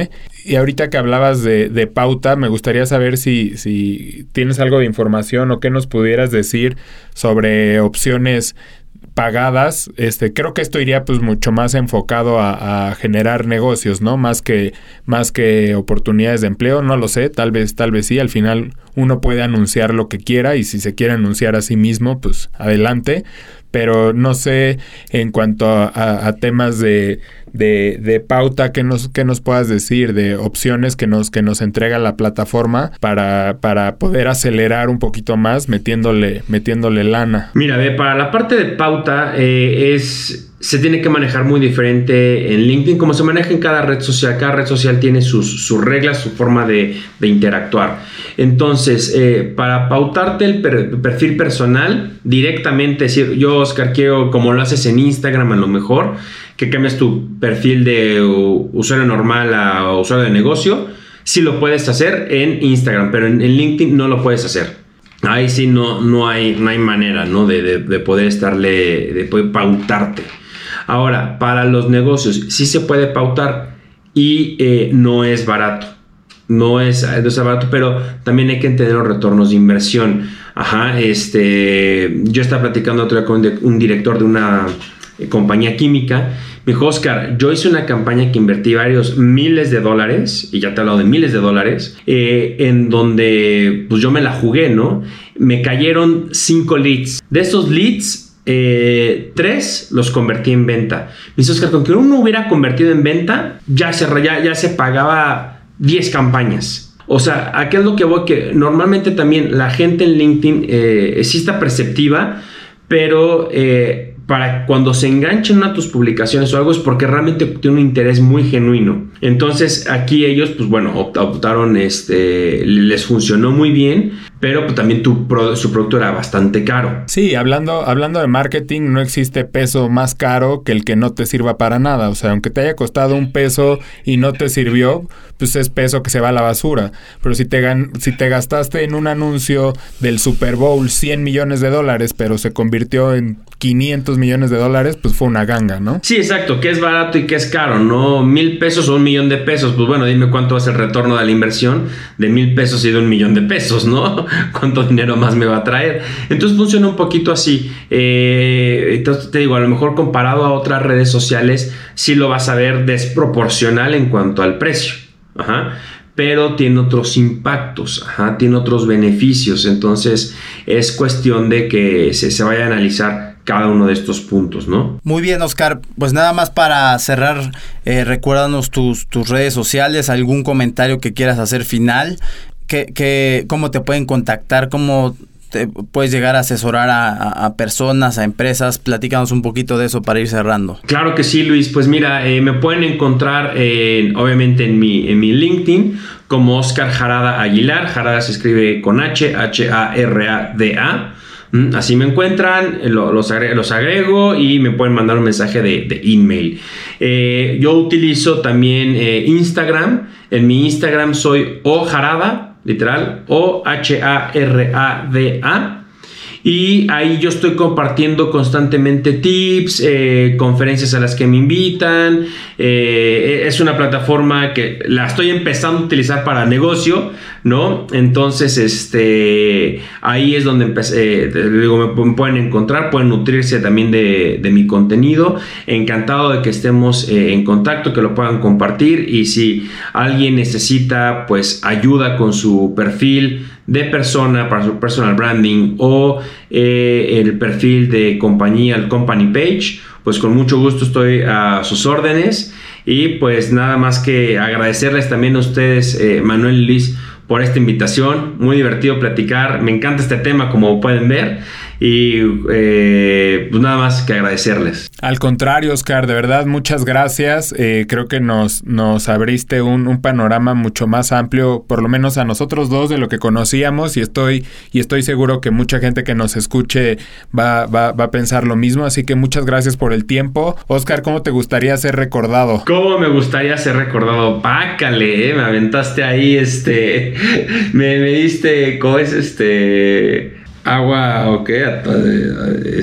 y ahorita que hablabas de, de pauta, me gustaría saber si, si tienes algo de información o qué nos pudieras decir sobre opciones pagadas. Este, creo que esto iría pues mucho más enfocado a, a generar negocios, ¿no? Más que, más que oportunidades de empleo, no lo sé, tal vez, tal vez sí. Al final uno puede anunciar lo que quiera y si se quiere anunciar a sí mismo, pues adelante. Pero no sé, en cuanto a, a, a temas de, de, de pauta, ¿qué nos, qué nos puedas decir? De opciones que nos, que nos entrega la plataforma para, para poder acelerar un poquito más metiéndole, metiéndole lana. Mira, ve, para la parte de pauta eh, es... se tiene que manejar muy diferente en LinkedIn, como se maneja en cada red social. Cada red social tiene sus, sus reglas, su forma de, de interactuar. Entonces, eh, para pautarte el per, perfil personal directamente, decir, yo, Oscar, quiero, como lo haces en Instagram a lo mejor, que cambies tu perfil de uh, usuario normal a usuario de negocio, sí lo puedes hacer en Instagram, pero en, en LinkedIn no lo puedes hacer. Ahí sí no, no, hay, no hay manera, ¿no? de, de, de poder estarle, de poder pautarte. Ahora, para los negocios sí se puede pautar y eh, no es barato. No es, no es barato, pero también hay que entender los retornos de inversión. Ajá, este, yo estaba platicando otro día con un director de una compañía química. Me dijo, Oscar, yo hice una campaña que invertí varios miles de dólares, y ya te he hablado de miles de dólares, eh, en donde pues yo me la jugué, ¿no? Me cayeron cinco leads. De esos leads, Eh, tres los convertí en venta. Me dice, Oscar, con que uno hubiera convertido en venta, ya se, ya, ya se pagaba diez campañas. O sea, ¿a qué es lo que voy? Que normalmente también la gente en LinkedIn eh, sí está perceptiva, pero eh, para cuando se enganchan a tus publicaciones o algo es porque realmente tiene un interés muy genuino. Entonces aquí ellos, pues bueno, optaron, este, les funcionó muy bien, pero pues, también tu pro, su producto era bastante caro. Sí, hablando, hablando de marketing, no existe peso más caro que el que no te sirva para nada. O sea, aunque te haya costado un peso y no te sirvió, pues es peso que se va a la basura. Pero si te, gan- si te gastaste en un anuncio del Super Bowl cien millones de dólares, pero se convirtió en quinientos millones de dólares, pues fue una ganga, ¿no? Sí, exacto, que es barato y que es caro, ¿no? Mil pesos o un millón de pesos, pues bueno, dime cuánto va a ser el retorno de la inversión de mil pesos y de un millón de pesos, ¿no? ¿Cuánto dinero más me va a traer? Entonces funciona un poquito así. Eh, entonces te digo, a lo mejor comparado a otras redes sociales, sí lo vas a ver desproporcional en cuanto al precio. Ajá. Pero tiene otros impactos, ajá, tiene otros beneficios. Entonces es cuestión de que se, se vaya a analizar cada uno de estos puntos, ¿no? Muy bien, Oscar. Pues nada más para cerrar, eh, recuérdanos tus, tus redes sociales, algún comentario que quieras hacer final, que, que, cómo te pueden contactar, cómo te puedes llegar a asesorar a, a, a personas, a empresas. Platícanos un poquito de eso para ir cerrando. Claro que sí, Luis. Pues mira, eh, me pueden encontrar eh, obviamente en mi, en mi LinkedIn como Oscar Jarada Aguilar. Jarada se escribe con H, H A R A D A. Así me encuentran, los agrego, los agrego y me pueden mandar un mensaje de, de email. Eh, yo utilizo también eh, Instagram. En mi Instagram soy ojarada, literal, O H A R A D A. Y ahí yo estoy compartiendo constantemente tips, eh, conferencias a las que me invitan. Eh, es una plataforma que la estoy empezando a utilizar para negocio, ¿no? Entonces, este, ahí es donde empecé, eh, digo, me pueden encontrar, pueden nutrirse también de, de mi contenido. Encantado de que estemos eh, en contacto, que lo puedan compartir. Y si alguien necesita, pues, ayuda con su perfil de persona para su personal branding o eh, el perfil de compañía, el company page, pues con mucho gusto estoy a sus órdenes. Y pues nada más que agradecerles también a ustedes, eh, Manuel y Luis, por esta invitación. Muy divertido platicar, me encanta este tema, como pueden ver. Y eh, pues nada más que agradecerles. Al contrario, Oscar, de verdad, muchas gracias. Eh, creo que nos, nos abriste un, un panorama mucho más amplio, por lo menos a nosotros dos, de lo que conocíamos, y estoy, y estoy seguro que mucha gente que nos escuche va, va, va a pensar lo mismo. Así que muchas gracias por el tiempo. Oscar, ¿cómo te gustaría ser recordado? ¿Cómo me gustaría ser recordado? Pácale, ¿eh? Me aventaste ahí, este, me, me diste, ¿cómo es este? Agua, ¿o qué?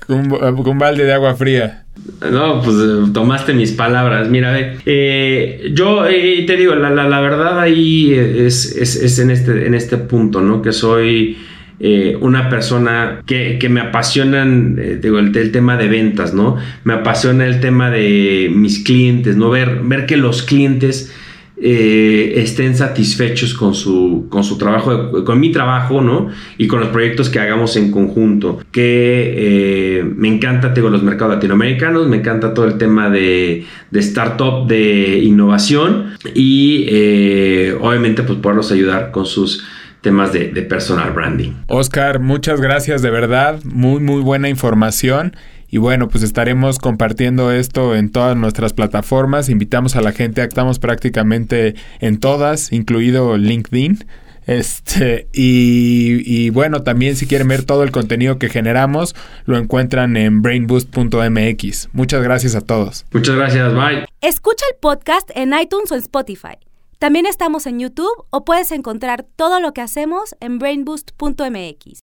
Un, un balde de agua fría. No, pues tomaste mis palabras. Mira, eh, yo eh, te digo, la, la, la verdad ahí es, es, es en, este, en este punto, ¿no? Que soy eh, una persona que, que me apasionan, eh, digo, el, el tema de ventas, ¿no? Me apasiona el tema de mis clientes, ¿no? Ver, ver que los clientes Eh, estén satisfechos con su, con su trabajo, con mi trabajo, ¿no? Y con los proyectos que hagamos en conjunto. Que eh, me encanta, te digo, los mercados latinoamericanos, me encanta todo el tema de, de startup, de innovación y eh, obviamente pues poderlos ayudar con sus temas de, de personal branding. Oscar, muchas gracias, de verdad, muy muy buena información. Y bueno, pues estaremos compartiendo esto en todas nuestras plataformas. Invitamos a la gente, estamos prácticamente en todas, incluido LinkedIn. Este, y, y bueno, también si quieren ver todo el contenido que generamos, lo encuentran en brain boost punto m x. Muchas gracias a todos. Muchas gracias, bye. Escucha el podcast en iTunes o en Spotify. También estamos en YouTube o puedes encontrar todo lo que hacemos en brain boost punto m x.